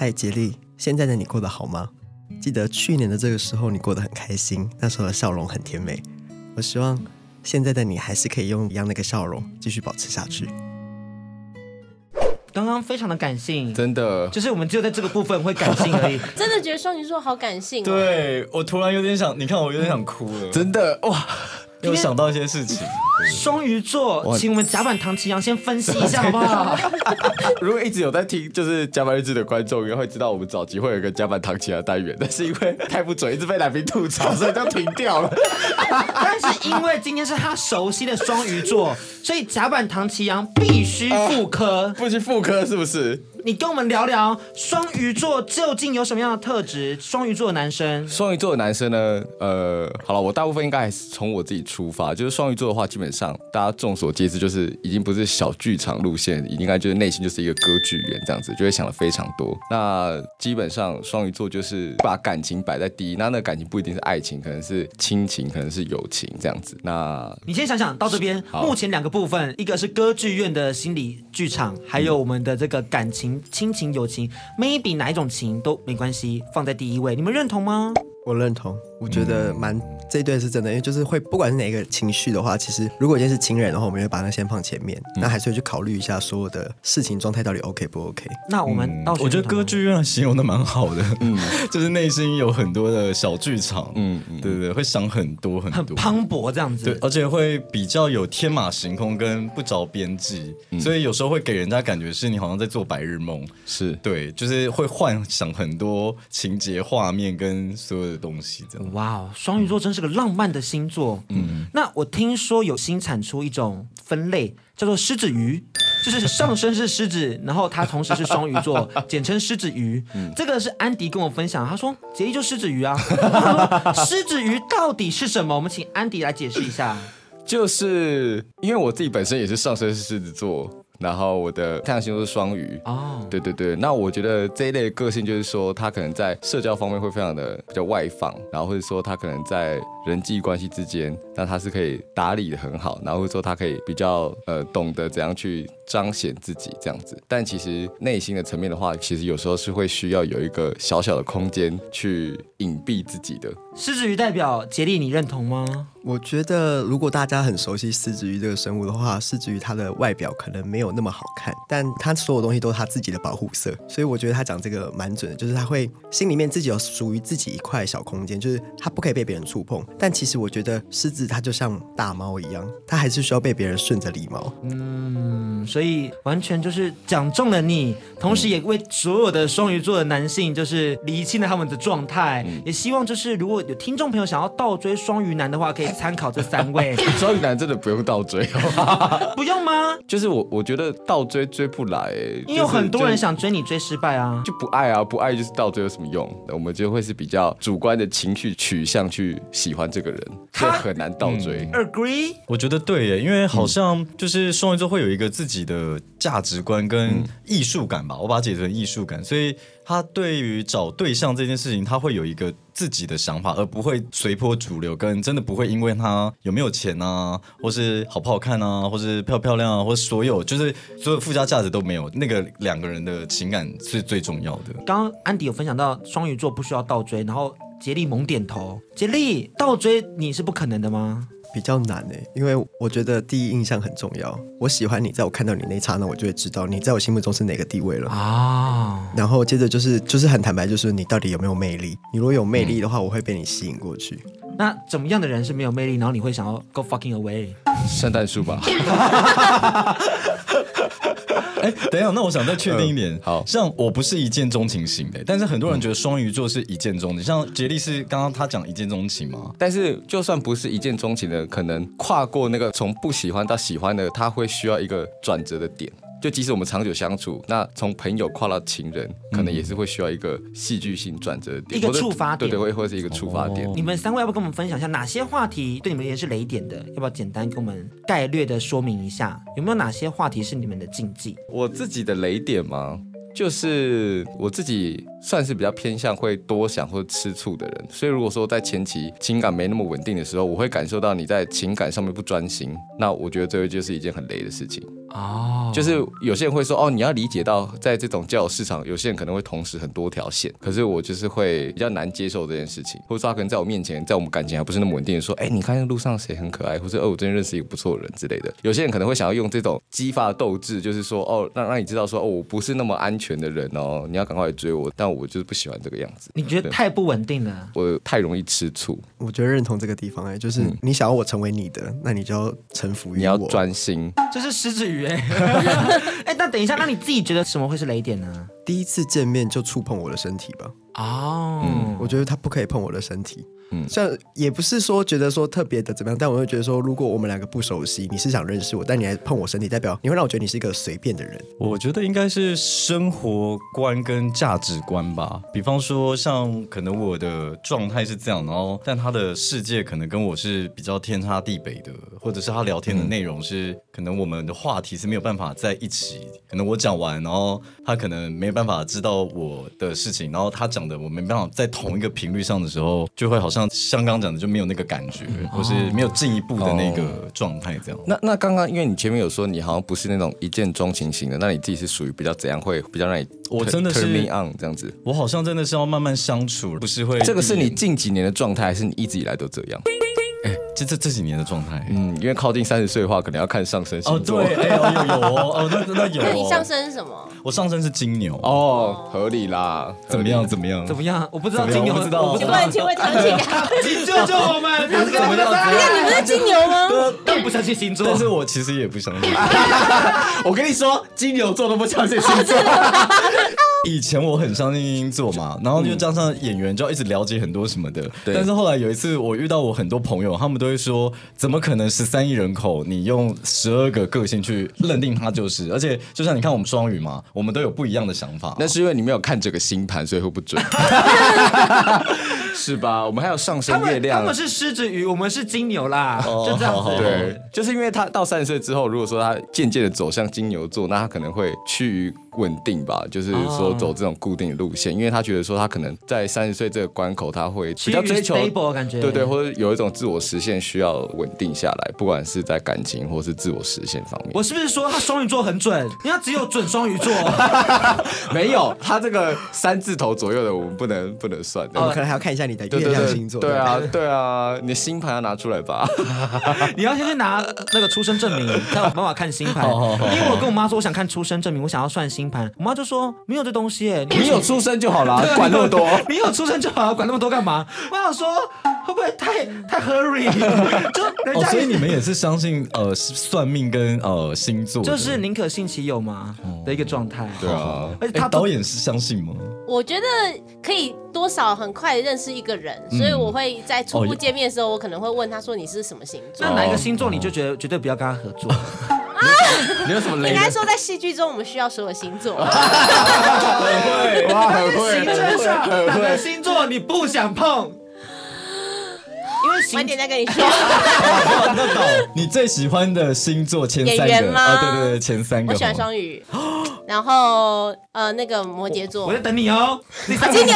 嗨，杰力，现在的你过得好吗？记得去年的这个时候你过得很开心，那时候的笑容很甜美。我希望现在的你还是可以用一样那个笑容继续保持下去。 刚刚非常的感性， 真的， 就是我们只有在这个部分会感性而已。 真的觉得双鱼座好感性、哦。 对，我突然有点想，你看我有点想哭了， 真的哇， 有想到一些事情。 双鱼座，请我们甲板唐奇阳先分析一下好不好？ 如果一直有在听就是甲板日志的观众，应该会知道我们早期会有一个甲板唐奇阳的单元，但是因为太不准，一直被来宾吐槽，所以就停掉了。 但是因为今天是他熟悉的双鱼座，所以甲板唐奇阳必须复刻， 必须复刻是不是？ 你跟我们聊聊双鱼座究竟有什么样的特质？双鱼座的男生， 双鱼座的男生呢？呃，好了，我大部分应该还是从我自己出发。就是双鱼座的话，基本上大家众所皆知，就是已经不是小剧场路线，应该就是内心就是一个歌剧院这样子，就会想的非常多。那基本上双鱼座就是把感情摆在第一，那那个感情不一定是爱情，可能是亲情，可能是友情这样子。那你先想想到这边，目前两个部分，一个是歌剧院的心理剧场，还有我们的这个感情。亲情、友情 ，maybe 哪一种情都没关系，放在第一位，你们认同吗？ 我认同，我觉得蛮、嗯、这一对是真的，因为就是会不管是哪一个情绪的话，其实如果今天是情人的话，我们会把它先放前面，嗯、那还是会去考虑一下所有的事情状态到底 OK 不 OK。 那我们、嗯、 我觉得歌剧院形容的蛮好的，嗯，就是内心有很多的小剧场，嗯，对对对，会想很多很多， 很磅礴这样子， 对，而且会比较有天马行空跟不着边际，嗯、所以有时候会给人家感觉是你好像在做白日梦， 是对，就是会幻想很多情节画面跟所有的东西这样。 哇哦，双鱼座真是个浪漫的星座。嗯，那我听说有新产出一种分类叫做狮子鱼，就是上身是狮子，然后它同时是双鱼座，简称狮子鱼。嗯、这个是安迪跟我分享，他说杰力就狮子鱼啊。狮子鱼到底是什么？我们请安迪来解释一下。 就是因为我自己本身也是上身是狮子座。然后我的太阳星座是双鱼哦， oh. 对对对，那我觉得这一类的个性就是说，他可能在社交方面会非常的比较外放，然后或者说他可能在人际关系之间，那他是可以打理的很好，然后或者说他可以比较呃懂得怎样去彰显自己这样子，但其实内心的层面的话，其实有时候是会需要有一个小小的空间去隐蔽自己的。 狮子鱼代表杰力，你认同吗？ 我觉得如果大家很熟悉狮子鱼这个生物的话，狮子鱼它的外表可能没有那么好看，但它所有东西都是它自己的保护色，所以我觉得他讲这个蛮准的，就是他会心里面自己有属于自己一块小空间，就是他不可以被别人触碰。但其实我觉得狮子它就像大猫一样，它还是需要被别人顺着理毛。 嗯，所以完全就是讲中了你，同时也为所有的双鱼座的男性就是厘清了他们的状态，嗯、也希望就是如果有听众朋友想要倒追双鱼男的话，可以参考这三位。 双鱼男真的不用倒追不用吗？ 就是我我觉得倒追追不来、欸， 因为有很多人想追你追失败啊， 就不爱啊，不爱就是倒追有什么用？我们就会是比较主观的情绪取向去喜欢这个人，所以很难倒追。 嗯、Agree？ 我觉得对耶，因为好像就是双鱼座会有一个自己的价值观跟艺术感吧，我把它解成艺术感，所以他对于找对象这件事情，他会有一个自己的想法，而不会随波逐流，跟真的不会因为他有没有钱啊，或是好不好看啊，或是漂不漂亮啊，或是所有就是所有附加价值都没有，那个两个人的情感是最重要的。 刚刚安迪有分享到双鱼座不需要倒追，然后杰力猛点头。杰力倒追你是不可能的吗？ 比较难欸，因为我觉得第一印象很重要。我喜欢你，在我看到你那一刹那，我就会知道你在我心目中是哪个地位了啊。然后接着就是就是很坦白，就是你到底有没有魅力。你如果有魅力的话，嗯、我会被你吸引过去。 那怎么样的人是没有魅力，然后你会想要 go fucking away？ 圣诞树吧。 哎，等一下，那我想再确定一点。 嗯、好， 像我不是一见钟情型的，但是很多人觉得双鱼座是一见钟情。像杰力是刚刚他讲一见钟情嘛， 但是就算不是一见钟情的，可能跨过那个从不喜欢到喜欢的，他会需要一个转折的点。就即使我们长久相处，那从朋友跨到情人，可能也是会需要一个戏剧性转折的点， 一个触发点， 对对，会是一个触发点。 哦、你们三位要不要跟我们分享一下哪些话题对你们也是雷点的？要不要简单跟我们概略的说明一下？有没有哪些话题是你们的禁忌？ 我自己的雷点吗？就是我自己算是比较偏向会多想或吃醋的人，所以如果说在前期情感没那么稳定的时候，我会感受到你在情感上面不专心，那我觉得这就是一件很雷的事情。 哦，就是有些人会说哦，你要理解到在这种交友市场，有些人可能会同时很多条线，可是我就是会比较难接受这件事情，或者说他可能在我面前，在我们感情还不是那么稳定的说，哎，你看路上谁很可爱，或者哦，我最近认识一个不错的人之类的。有些人可能会想要用这种激发斗志，就是说哦，让让你知道说哦，我不是那么安全的人哦，你要赶快来追我，但我就是不喜欢这个样子。 你觉得太不稳定了？ 我太容易吃醋。 我觉得认同这个地方哎、欸，就是你想要我成为你的，那你就要臣服于我， 你要专心。 这是失之语哎、欸。哎，那等一下，那你自己觉得什么会是雷点呢？ 第一次见面就触碰我的身体吧。 哦， 嗯，我觉得他不可以碰我的身体。嗯，像也不是说觉得说特别的怎么样，但我会觉得说，如果我们两个不熟悉，你是想认识我，但你还碰我身体，代表你会让我觉得你是一个随便的人。 我觉得应该是生活观跟价值观吧。比方说，像可能我的状态是这样，然后但他的世界可能跟我是比较天差地北的，或者是他聊天的内容是、嗯、可能我们的话题是没有办法在一起。可能我讲完，然后他可能没有办法知道我的事情，然后他讲的我没办法在同一个频率上的时候，就会好像像刚讲的就没有那个感觉，嗯、或是没有进一步的那个状态这样。 那那刚刚因为你前面有说你好像不是那种一见钟情型的，那你自己是属于比较怎样会比较让你我真的是 turn me on 这样子？ 我好像真的是要慢慢相处，不是会这个是你近几年的状态，还是你一直以来都这样？ 哎，这这这几年的状态， 嗯，因为靠近三十岁的话，可能要看上升星座。 哦，对，哎，有有有哦，哦，那那有、哦。 那你上升是什么？ 我上升是金牛。 哦，合理啦。 怎么样？怎么样？ 怎么样？我不知道金牛， 我不知道。 请问，请问长庆啊， 请救救我们！他是怎么样？你不是金牛吗？ 都不相信星座， 但是我其实也不相信。 我跟你说，金牛座都不相信星座。 以前我很相信星座嘛，然后就加上演员就要一直了解很多什么的。嗯、但是后来有一次，我遇到我很多朋友，他们都会说，怎么可能十三亿人口，你用十二个个性去认定他就是？而且就像你看我们双鱼嘛，我们都有不一样的想法。 那是因为你没有看这个星盘，所以会不准。是吧？我们还有上升月亮， 他们是狮子鱼，我们是金牛啦，哦、就这样子。 对，就是因为他到三十岁之后，如果说他渐渐的走向金牛座，那他可能会趋于稳定吧，就是说走这种固定的路线，因为他觉得说他可能在三十岁这个关口，他会比较追求 stable 的感觉， 对对，或者有一种自我实现需要稳定下来，不管是在感情或是自我实现方面。 我是不是说他双鱼座很准？因为他只有准双鱼座， 没有他这个三字头左右的，我们不能不能算。 我们可能还要看一下你的月亮星座。 对啊，对啊，你的星盘要拿出来吧。 你要先去拿那个出生证明，才有办法看星盘。因为我跟我妈说，我想看出生证明，我想要算星盘，我妈就说没有这东西耶， 你有出生就好了，管那么多。 你有出生就好了，管那么多干嘛？我想说会不会太太 hurry？ 就人家、 哦，所以你们也是相信呃算命跟呃星座， 就是宁可信其有嘛的一个状态。 对啊， 而且他导演是相信吗？ 我觉得可以多少很快认识一个人，嗯、所以我会在初步见面的时候，我可能会问他说你是什么星座？ 那哪一个星座你就觉得绝对不要跟他合作？ 你有什么雷？ 应该说在戏剧中我们需要所有星座。 很会哇，很会。行政上哪个星座你不想碰？因为晚点再跟你说。 你最喜欢的星座前三个？ 演员吗？ 啊，对对对，前三个。 我喜欢双鱼。然后呃，那个摩羯座， 我在等你哦。 金牛，金牛，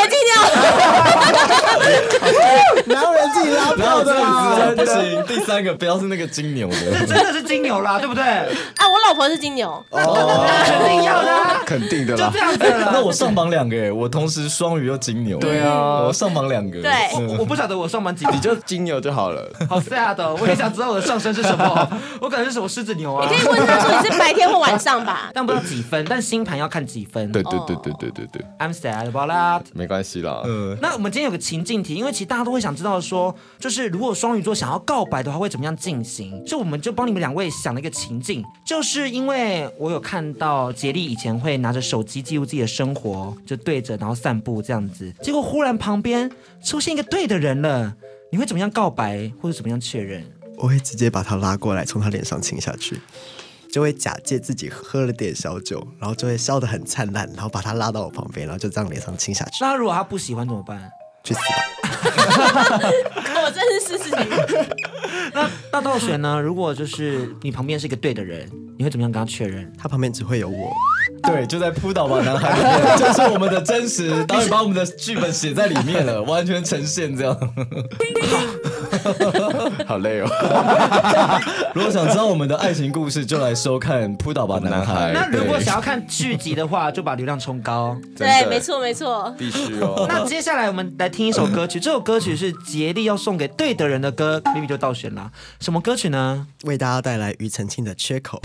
哪有人自己拉票的啊？ 不行，第三个不要是那个金牛的， 真的是金牛啦，对不对？啊， 我老婆是金牛， 哦，肯定要的， 肯定的啦， 就这样子了。 那我上榜两个，我同时双鱼又金牛， 对啊， 我上榜两个， 对， 我不晓得我上榜几个， 你就金牛就好了。 好 sad 哦，我也想知道我的上升是什么，我可能是什么狮子牛啊。 你可以问他说你是白天或晚上吧， 但不知道几分，但星盘要看几分。 对对对对对对对 ，I'm sad about that。 没关系啦。 嗯，那我们今天有个情境题，因为其实大家都会想知道说，就是如果双鱼座想要告白的话，会怎么样进行？所以我们就帮你们两位想了一个情境，就是因为我有看到杰利以前会拿着手机记录自己的生活，就对着然后散步这样子，结果忽然旁边出现一个对的人了，你会怎么样告白或者怎么样确认？ 我会直接把他拉过来，从他脸上亲下去。就会假借自己喝了点小酒，然后就会笑得很灿烂，然后把他拉到我旁边，然后就这样脸上亲下去。 那如果他不喜欢怎么办？ 去死吧！ 我真是狮子女。 那大道玄呢？如果就是你旁边是一个对的人，你会怎么样跟他确认？ 他旁边只会有我。 对，就在扑倒吧男孩里面，就是我们的真实，导演把我们的剧本写在里面了，完全呈现这样。 好累哦。 如果想知道我们的爱情故事，就来收看《扑倒吧男孩》。 那如果想要看剧集的话，就把流量冲高。 对，没错没错， 必须哦。 那接下来我们来听一首歌曲，这首歌曲是杰力要送给对的人的歌 ，Vivi 就倒选了。什么歌曲呢？ 为大家带来庾澄庆的《缺口》。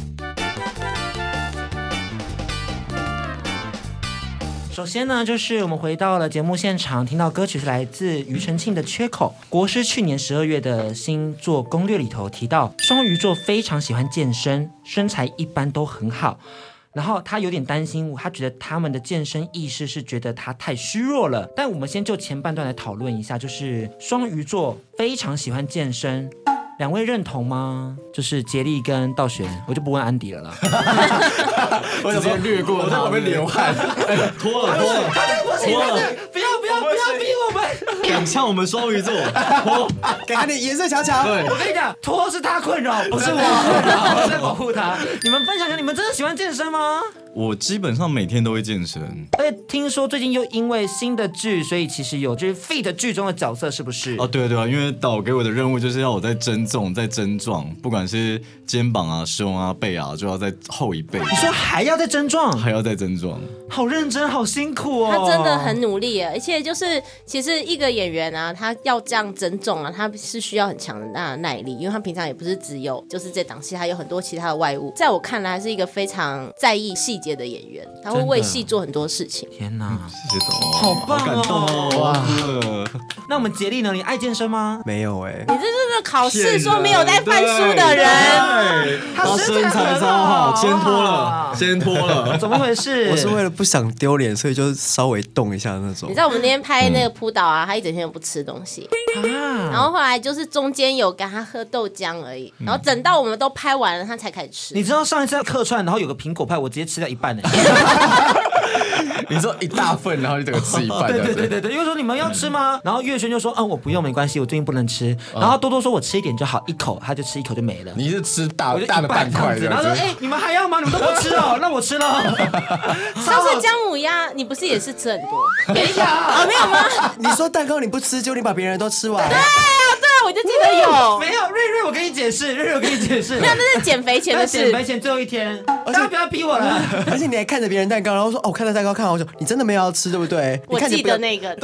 首先呢，就是我们回到了节目现场，听到歌曲是来自庾澄庆的《缺口》。国师去年十二月的星座攻略里头提到，双鱼座非常喜欢健身，身材一般都很好。然后他有点担心，他觉得他们的健身意识是觉得他太虚弱了。但我们先就前半段来讨论一下，就是双鱼座非常喜欢健身。两位认同吗？就是杰力跟道玄，我就不问安迪了啦。 我直接略过，我在旁边流汗，脱了脱了，脱了， 不要不要不要逼我们！ 敢呛我们双鱼座，脱， 给他点颜色瞧瞧。 对，我跟你讲，脱是他困扰，不是我困扰，我在保护他。你们分享一下，你们真的喜欢健身吗？ 我基本上每天都会健身， 而且听说最近又因为新的剧，所以其实有就是 Fit 剧中的角色，是不是？ 哦，对啊对啊，因为导给我的任务就是要我在增重、在增壮，不管是肩膀啊、胸啊、背啊，就要再厚一倍。 你说还要再增壮？ 还要再增壮， 好认真，好辛苦哦。 他真的很努力耶，而且就是其实一个演员啊，他要这样增重啊，他是需要很强的耐力，因为他平常也不是只有就是这档戏，他有很多其他的外物。在我看来，他是一个非常在意细节的演员。他会为戏做很多事情。 天哪， 谢谢导， 好棒哦！ 好感动哦！哇， 那我们杰力呢？你爱健身吗？ 没有哎、欸， 你这是考试说没有在翻书的人。 他身材超好，先脱了，先脱了， 怎么回事？ 我是为了不想丢脸，所以就稍微动一下那种。 你知道我们那天拍那个扑倒啊，他一整天都不吃东西，啊、然后后来就是中间有跟他喝豆浆而已，然后等到我们都拍完了，他才开始吃。 你知道上一次在客串，然后有个苹果派，我直接吃掉一半呢。 你说一大份，然后你整个吃一半。 对对对对对，因为说你们要吃吗？然后月轩就说，嗯，我不用，没关系，我最近不能吃。然后多多说我吃一点就好，一口他就吃一口就没了。 你是吃大大的半块， 然后说，哎，你们还要吗？你们都不吃哦，那我吃了。 上次姜母鸭，你不是也是吃很多？ 没有啊，没有吗？ 你说蛋糕你不吃，就你把别人都吃完。 对啊，对啊，我就记得有。 没有，瑞瑞，我跟你解释，瑞瑞，我跟你解释， 那那是减肥前的事。 减肥前最后一天，大家不要逼我了。 而且你还看着别人蛋糕，然后说，哦，看到蛋糕看好久，你真的没有要吃，对不对？ 我记得那个。 对。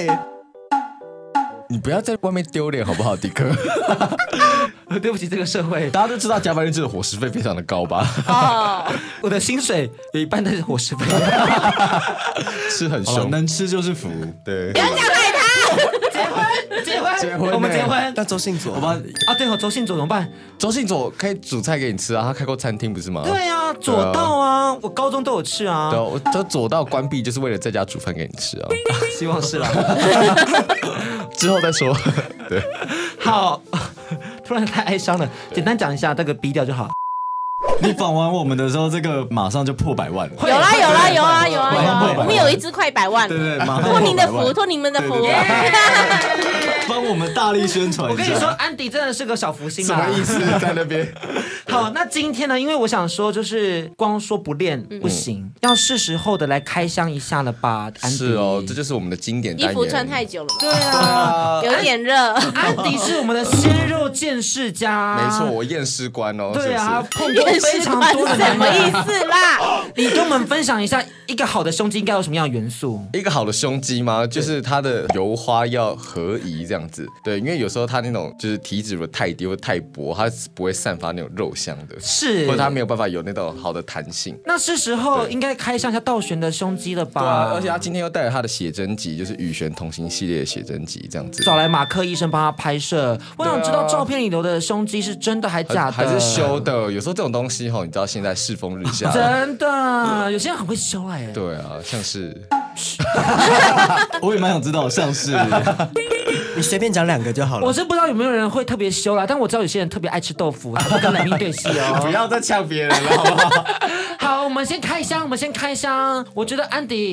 你不要在外面丢脸好不好，迪克？ 对不起，这个社会， 大家都知道加班日志的伙食费非常的高吧？ 哦，我的薪水有一半都是伙食费， 吃很凶， 能吃就是福。 对， 不要想害他。 结婚，结婚， 结婚， 我们结婚。 那周信佐， 我帮啊，对哦，周信佐怎么办？ 周信佐可以煮菜给你吃啊，他开过餐厅不是吗？ 对啊，左道啊，我高中都有吃啊。 对，我这左道关闭就是为了在家煮饭给你吃啊。 希望是啦。 之后再说。对， 好，突然太哀伤了，简单讲一下，这个逼掉就好。 你访完我们的时候，这个马上就破百万了。 有啦有啦有啊有啊有啊，我们有一支快百万。 对对，马上托您的福，托你们的福。 帮我们大力宣传一下。 我跟你说，安迪真的是个小福星啊！ 什么意思？在那边。 好，那今天呢？因为我想说，就是光说不练不行，嗯、要是时候的来开箱一下了吧？安迪是哦，这就是我们的经典单元。 衣服穿太久了， 对啊， 有点热。 安迪是我们的鲜肉见识家， 没错，我验尸官哦。 对啊， 碰过非常多的什么意思啦？ 你跟我们分享一下，一个好的胸肌应该有什么样的元素？ 一个好的胸肌吗？就是它的油花要合宜这样子。对，因为有时候它那种就是体脂如果太低或太薄，它是不会散发那种肉香的， 是， 或者它没有办法有那种好的弹性。 那是时候应该开箱一下道玄的胸肌了吧？ 对啊，而且他今天又带了他的写真集，就是与玄同行系列的写真集这样子， 找来马克医生帮他拍摄。我想知道照片里头的胸肌是真的还假的， 还是修的？有时候这种东西哈，你知道现在世风日下， 真的有些人很会修哎、欸。 对啊，像是， 我也蛮想知道，像是。 你随便讲两个就好了。 我是不知道有没有人会特别修啦，但我知道有些人特别爱吃豆腐，他会跟来宾对戏哦。 不要再呛别人了，好不好？ 好，我们先开箱，我们先开箱。我觉得安迪，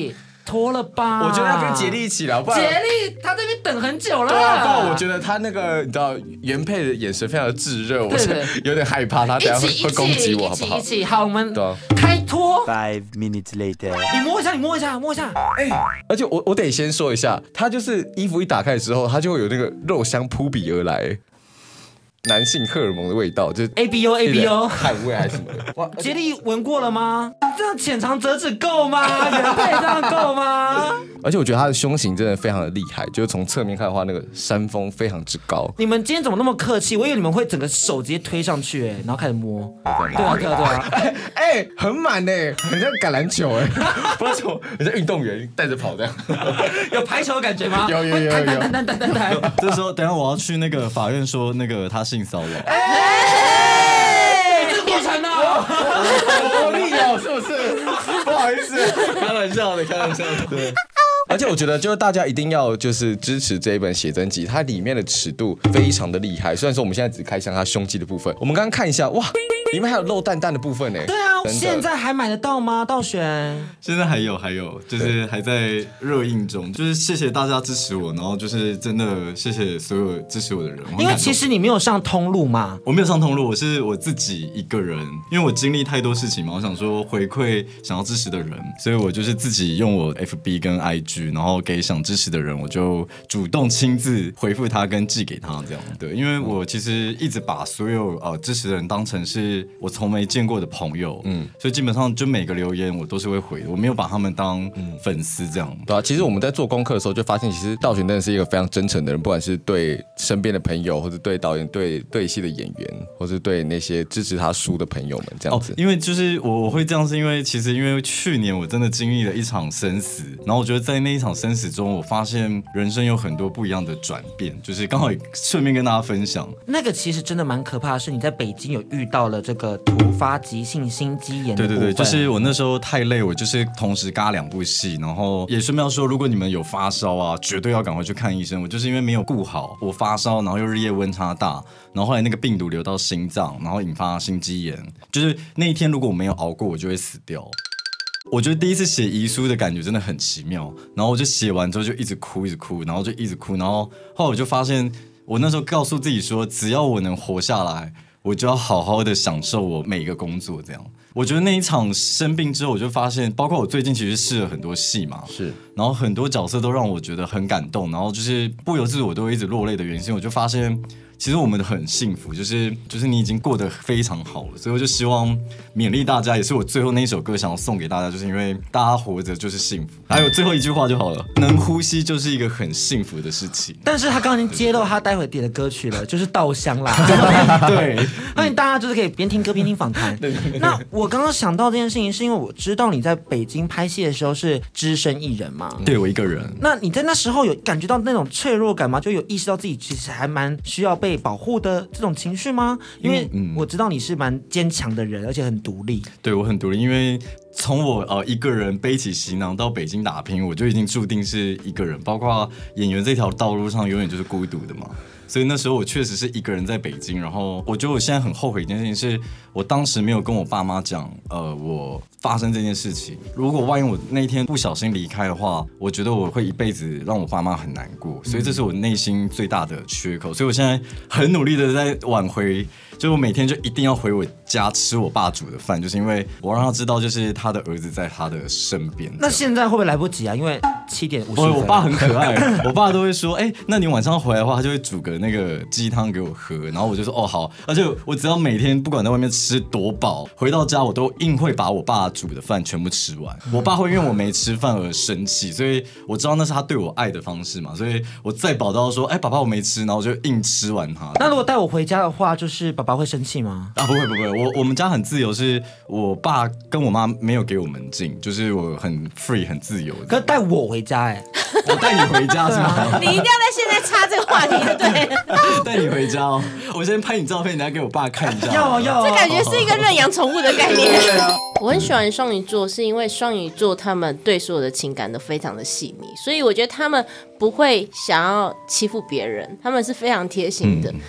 脱了吧？ 我觉得要跟杰力一起聊，不然杰力他这边等很久了。 对啊，不然我觉得他那个你知道原配的眼神非常的炙热，我是有点害怕他等下会会攻击我，好不好？ 一起，好，我们对啊开脱。 Five minutes later， 你摸一下，你摸一下，摸一下。哎， 而且我我得先说一下，他就是衣服一打开之后，他就会有那个肉香扑鼻而来。男性荷尔蒙的味道，就是 A B O A B O 汗味还是什么的。 哇，杰力闻过了吗？这样浅尝辄止够吗？原配这样够吗？ 而且我觉得他的胸型真的非常的厉害，就是从侧面看的话，那个山峰非常之高。 你们今天怎么那么客气？我以为你们会整个手直接推上去，哎，然后开始摸。对啊，对啊，对啊。 哎、欸，很满哎，很像橄榄球哎，不知道什么，很像运动员带着跑这样。 有排球的感觉吗？ 有有有有。 弹弹弹弹弹弹。 这时候，等一下我要去那个法院说那个他性骚扰。 哎、欸，这个过程呢？ 好厉害，是不是？不好意思，开玩笑的，开玩笑的。对。而且我觉得，就是大家一定要就是支持这一本写真集，它里面的尺度非常的厉害。虽然说我们现在只开箱它胸肌的部分，我们刚刚看一下，哇，里面还有露蛋蛋的部分呢。 对啊，现在还买得到吗？道玄？ 现在还有，还有，就是还在热映中。就是谢谢大家支持我，然后就是真的谢谢所有支持我的人。 因为其实你没有上通路嘛， 我没有上通路，我是我自己一个人，因为我经历太多事情嘛，我想说回馈想要支持的人，所以我就是自己用我 F B 跟 I G。然后给想支持的人，我就主动亲自回复他跟寄给他这样。对，因为我其实一直把所有呃支持的人当成是我从没见过的朋友，嗯，所以基本上就每个留言我都是会回的，我没有把他们当粉丝这样。 嗯、对啊，其实我们在做功课的时候就发现，其实道玄真的是一个非常真诚的人，不管是对身边的朋友，或者对导演、对对戏的演员，或是对那些支持他书的朋友们这样子。 哦、因为就是我我会这样，是因为其实因为去年我真的经历了一场生死，然后我觉得在那一场生死中，我发现人生有很多不一样的转变，就是刚好也顺便跟大家分享。 那个其实真的蛮可怕的是，你在北京有遇到了这个突发急性心肌炎的部分。 对对对，就是我那时候太累，我就是同时嘎两部戏，然后也顺便要说，如果你们有发烧啊，绝对要赶快去看医生。我就是因为没有顾好，我发烧，然后又日夜温差大，然后后来那个病毒流到心脏，然后引发心肌炎，就是那一天如果我没有熬过，我就会死掉。我觉得第一次写遗书的感觉真的很奇妙，然后我就写完之后就一直哭一直哭，然后就一直哭，然后后来我就发现，我那时候告诉自己说，只要我能活下来，我就要好好的享受我每一个工作这样。我觉得那一场生病之后，我就发现，包括我最近其实试了很多戏嘛， 是， 然后很多角色都让我觉得很感动，然后就是不由自主我都会一直落泪的原因，我就发现其实我们很幸福，就是就是你已经过得非常好了，所以我就希望勉励大家，也是我最后那一首歌想要送给大家，就是因为大家活着就是幸福。还有最后一句话就好了，能呼吸就是一个很幸福的事情。 但是他刚刚已经揭露他待会点的歌曲了，就是《稻香》啦。 对， 欢迎大家就是可以边听歌边听访谈。那我刚刚想到这件事情，是因为我知道你在北京拍戏的时候是只身一人嘛？ 对，我一个人。 那你在那时候有感觉到那种脆弱感吗？就有意识到自己其实还蛮需要被保护的这种情绪吗？因为我知道你是蛮坚强的人，而且很独立。 对，我很独立，因为从我呃一个人背起行囊到北京打拼，我就已经注定是一个人，包括演员这条道路上永远就是孤独的嘛。所以那时候我确实是一个人在北京，然后我觉得我现在很后悔一件事情是，我当时没有跟我爸妈讲，呃，我发生这件事情。如果万一我那一天不小心离开的话，我觉得我会一辈子让我爸妈很难过，所以这是我内心最大的缺口。所以我现在很努力的在挽回，就我每天就一定要回我家吃我爸煮的饭，就是因为我让他知道，就是他的儿子在他的身边。 那现在会不会来不及啊？因为七点五十分。 我爸很可爱，我爸都会说，哎、欸，那你晚上回来的话，他就会煮个那个鸡汤给我喝，然后我就说哦好，而且我只要每天不管在外面吃多饱，回到家我都硬会把我爸煮的饭全部吃完。我爸会因为我没吃饭而生气，所以我知道那是他对我爱的方式嘛，所以我再饱到说，哎、欸，爸爸我没吃，然后我就硬吃完它。 那如果带我回家的话，就是爸爸会生气吗？ 啊，不会不会，我我们家很自由，是我爸跟我妈没有给我们进，就是我很 free 很自由。 可是带我回家哎、欸， 我带你回家是吗？ 你一定要在现在插这个话题，对了。 带你回家哦，我先拍你照片，你来给我爸看一下。 要啊要啊， 这感觉是一个认养宠物的概念。 对啊， 我很喜欢双鱼座，是因为双鱼座他们对所有的情感都非常的细腻，所以我觉得他们不会想要欺负别人，他们是非常贴心的。嗯，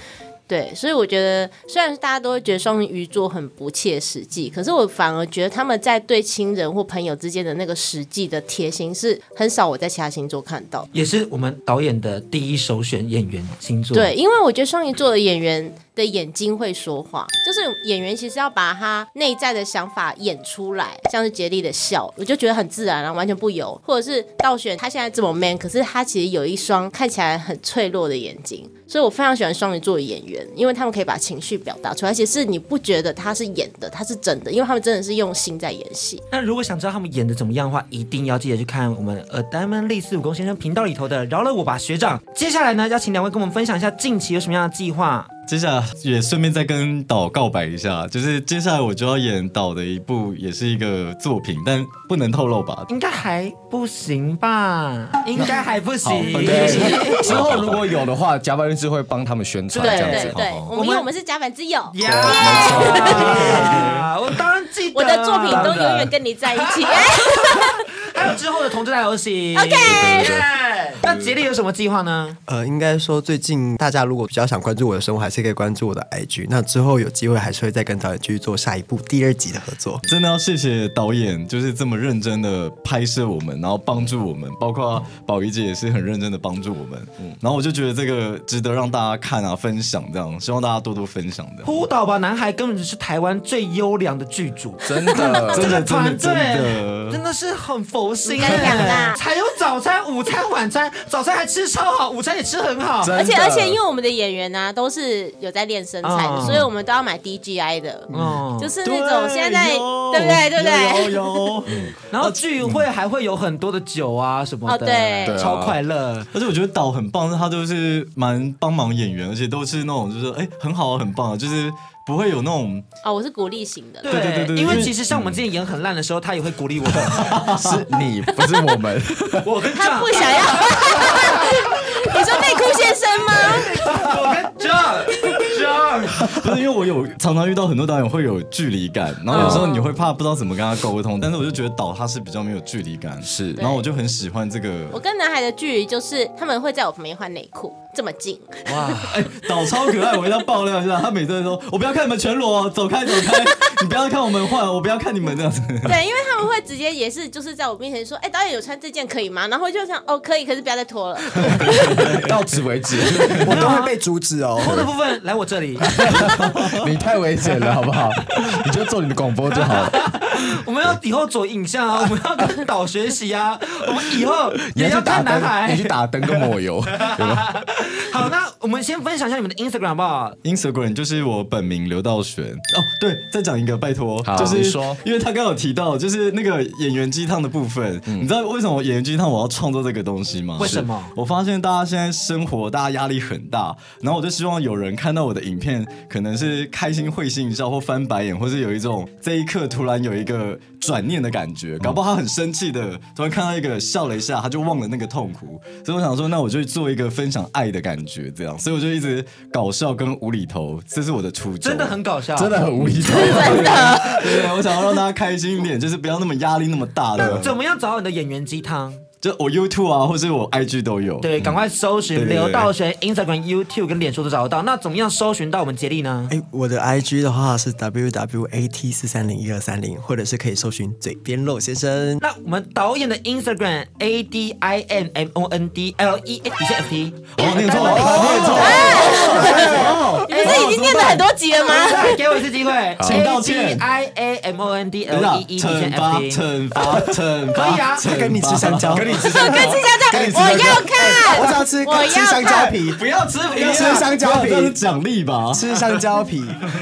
对，所以我觉得虽然大家都会觉得双鱼座很不切实际，可是我反而觉得他们在对亲人或朋友之间的那个实际的贴心是很少我在其他星座看到， 也是我们导演的第一首选演员星座。 对，因为我觉得双鱼座的演员的眼睛会说话，就是演员其实要把他内在的想法演出来，像是杰利的笑，我就觉得很自然，然后完全不油，或者是道玄他现在这么 man， 可是他其实有一双看起来很脆弱的眼睛，所以我非常喜欢双鱼座的演员，因为他们可以把情绪表达出来，而且是你不觉得他是演的，他是真的，因为他们真的是用心在演戏。 那如果想知道他们演的怎么样的话，一定要记得去看我们呃丹门利四武功先生频道里头的饶了我吧学长。接下来呢，要请两位跟我们分享一下近期有什么样的计划。 接下来也顺便再跟导告白一下，就是接下来我就要演导的一部，也是一个作品，但不能透露吧？ 应该还不行吧？应该还不行。 对，之后如果有的话，甲板日志会帮他们宣传，这样子。 对对，我们因为我们是甲板之友。 呀，没错。我当然记得， 我的作品都永远跟你在一起。 还有之后的同志大游戏。 OK。 那杰利有什么计划呢？ 呃，应该说最近大家如果比较想关注我的生活，还是可以关注我的 I G。那之后有机会还是会再跟导演继续做下一部第二集的合作。 真的要谢谢导演，就是这么认真的拍摄我们，然后帮助我们，包括宝仪姐也是很认真的帮助我们。嗯，然后我就觉得这个值得让大家看啊，分享这样，希望大家多多分享的。 扑倒吧男孩根本就是台湾最优良的剧组， 真的， 真的，真的，真的，真的是很佛心哎，才有早餐、午餐、晚餐，早餐还吃超好，午餐也吃很好， 而且而且因为我们的演员呢、啊、都是有在练身材的，哦、所以我们都要买 D G I 的，嗯、就是那种现在对不对？对不对？ 有有。嗯、然后聚会还会有很多的酒啊什么的， 哦、对， 超快乐。 而且我觉得导很棒，他就是蛮帮忙演员，而且都是那种就是哎很好啊，很棒啊，就是。不会有那种哦，我是鼓励型的， 对对对对，因为其实像我们之前演很烂的时候，他也会鼓励我们， 是你不是我们， 我跟他不想要，你说内裤先生吗？ 我跟 John，John， 不是因为我有常常遇到很多导演会有距离感，然后有时候你会怕不知道怎么跟他沟通，但是我就觉得导他是比较没有距离感，是，然后我就很喜欢这个。 我跟男孩的距离就是他们会在我旁边换内裤。这么近哇！哎，导超可爱，我一定要爆料一下。他每次都说：“我不要看你们全裸，走开，走开！你不要看我们换，我不要看你们这样子。” 对，因为他们会直接也是就是在我面前说：“哎，导演有穿这件可以吗？”然后就想：“哦，可以，可是不要再脱了。” 到此为止， 我都会被阻止哦。 脱的部分来我这里， 你太危险了，好不好？你就做你的广播就好了。 我们要以后走影像啊，我们要跟导学习啊，我们以后也要看男孩， 你去打灯跟抹油，对吧？ 好，那我们先分享一下你们的 Instagram 好不好 ？Instagram 就是我本名刘道玄哦。对，再讲一个，拜托，就是说， 因为他刚刚有提到，就是那个演员鸡汤的部分，嗯、你知道为什么演员鸡汤我要创作这个东西吗？ 为什么？ 我发现大家现在生活，大家压力很大，然后我就希望有人看到我的影片，可能是开心会心一笑，或翻白眼，或是有一种这一刻突然有一个转念的感觉，搞不好他很生气的，突然看到一个笑了一下，他就忘了那个痛苦，所以我想说，那我就做一个分享爱的感觉，这样，所以我就一直搞笑跟无厘头，这是我的初衷， 真的很搞笑， 真的很无厘头， 真的， 对，我想要让大家开心一点，就是不要那么压力那么大的。 怎么样找到你的演员鸡汤？ 就我 YouTube 啊，或是我 I G 都有。 对，赶快搜寻刘道玄 Instagram、YouTube 跟脸书都找得到。那怎么样搜寻到我们杰利呢？ 哎，我的 I G 的话是 W W A T 四三零一二三零，或者是可以搜寻嘴边肉先生。 那我们导演的 Instagram A D I N M O N D L E 底线 F T。 哦，念错了，念错。你不是已经念了很多集了吗？ 给我一次机会， 请道歉。 A D I A M O N D L E E 底线 F T。 惩罚，惩罚， 可以啊， 他跟你吃香蕉。 跟你吃香蕉，我要看， 我想吃吃香蕉皮， 不要吃，不要吃香蕉皮， 这是奖励吧？ 吃香蕉皮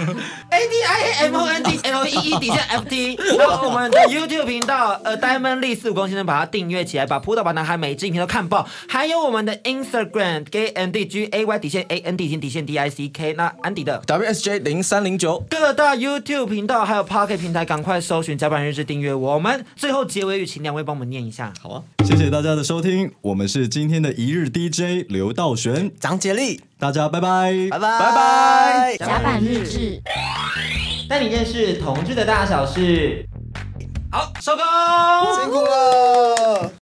，A D I A M O N D L E E 底线 F T， 然后我们的 YouTube 频道呃 Diamond 利四五公先生把它订阅起来，把扑倒吧男孩每支影片都看爆，还有我们的 Instagram Gay and D G A Y 底线 A N 底线底线 D I C K， 那安迪的 W S J 零三零九， 各大 YouTube 频道还有 Pocket 平台，赶快搜寻甲板日志订阅我们。最后结尾语，请两位帮我们念一下。 好啊，谢谢大家的收听，我们是今天的一日 D J 刘道玄、 张杰利， 大家拜拜， 拜拜拜拜。 甲板日志， 带你认识同志的大小事。好，收工， 辛苦了。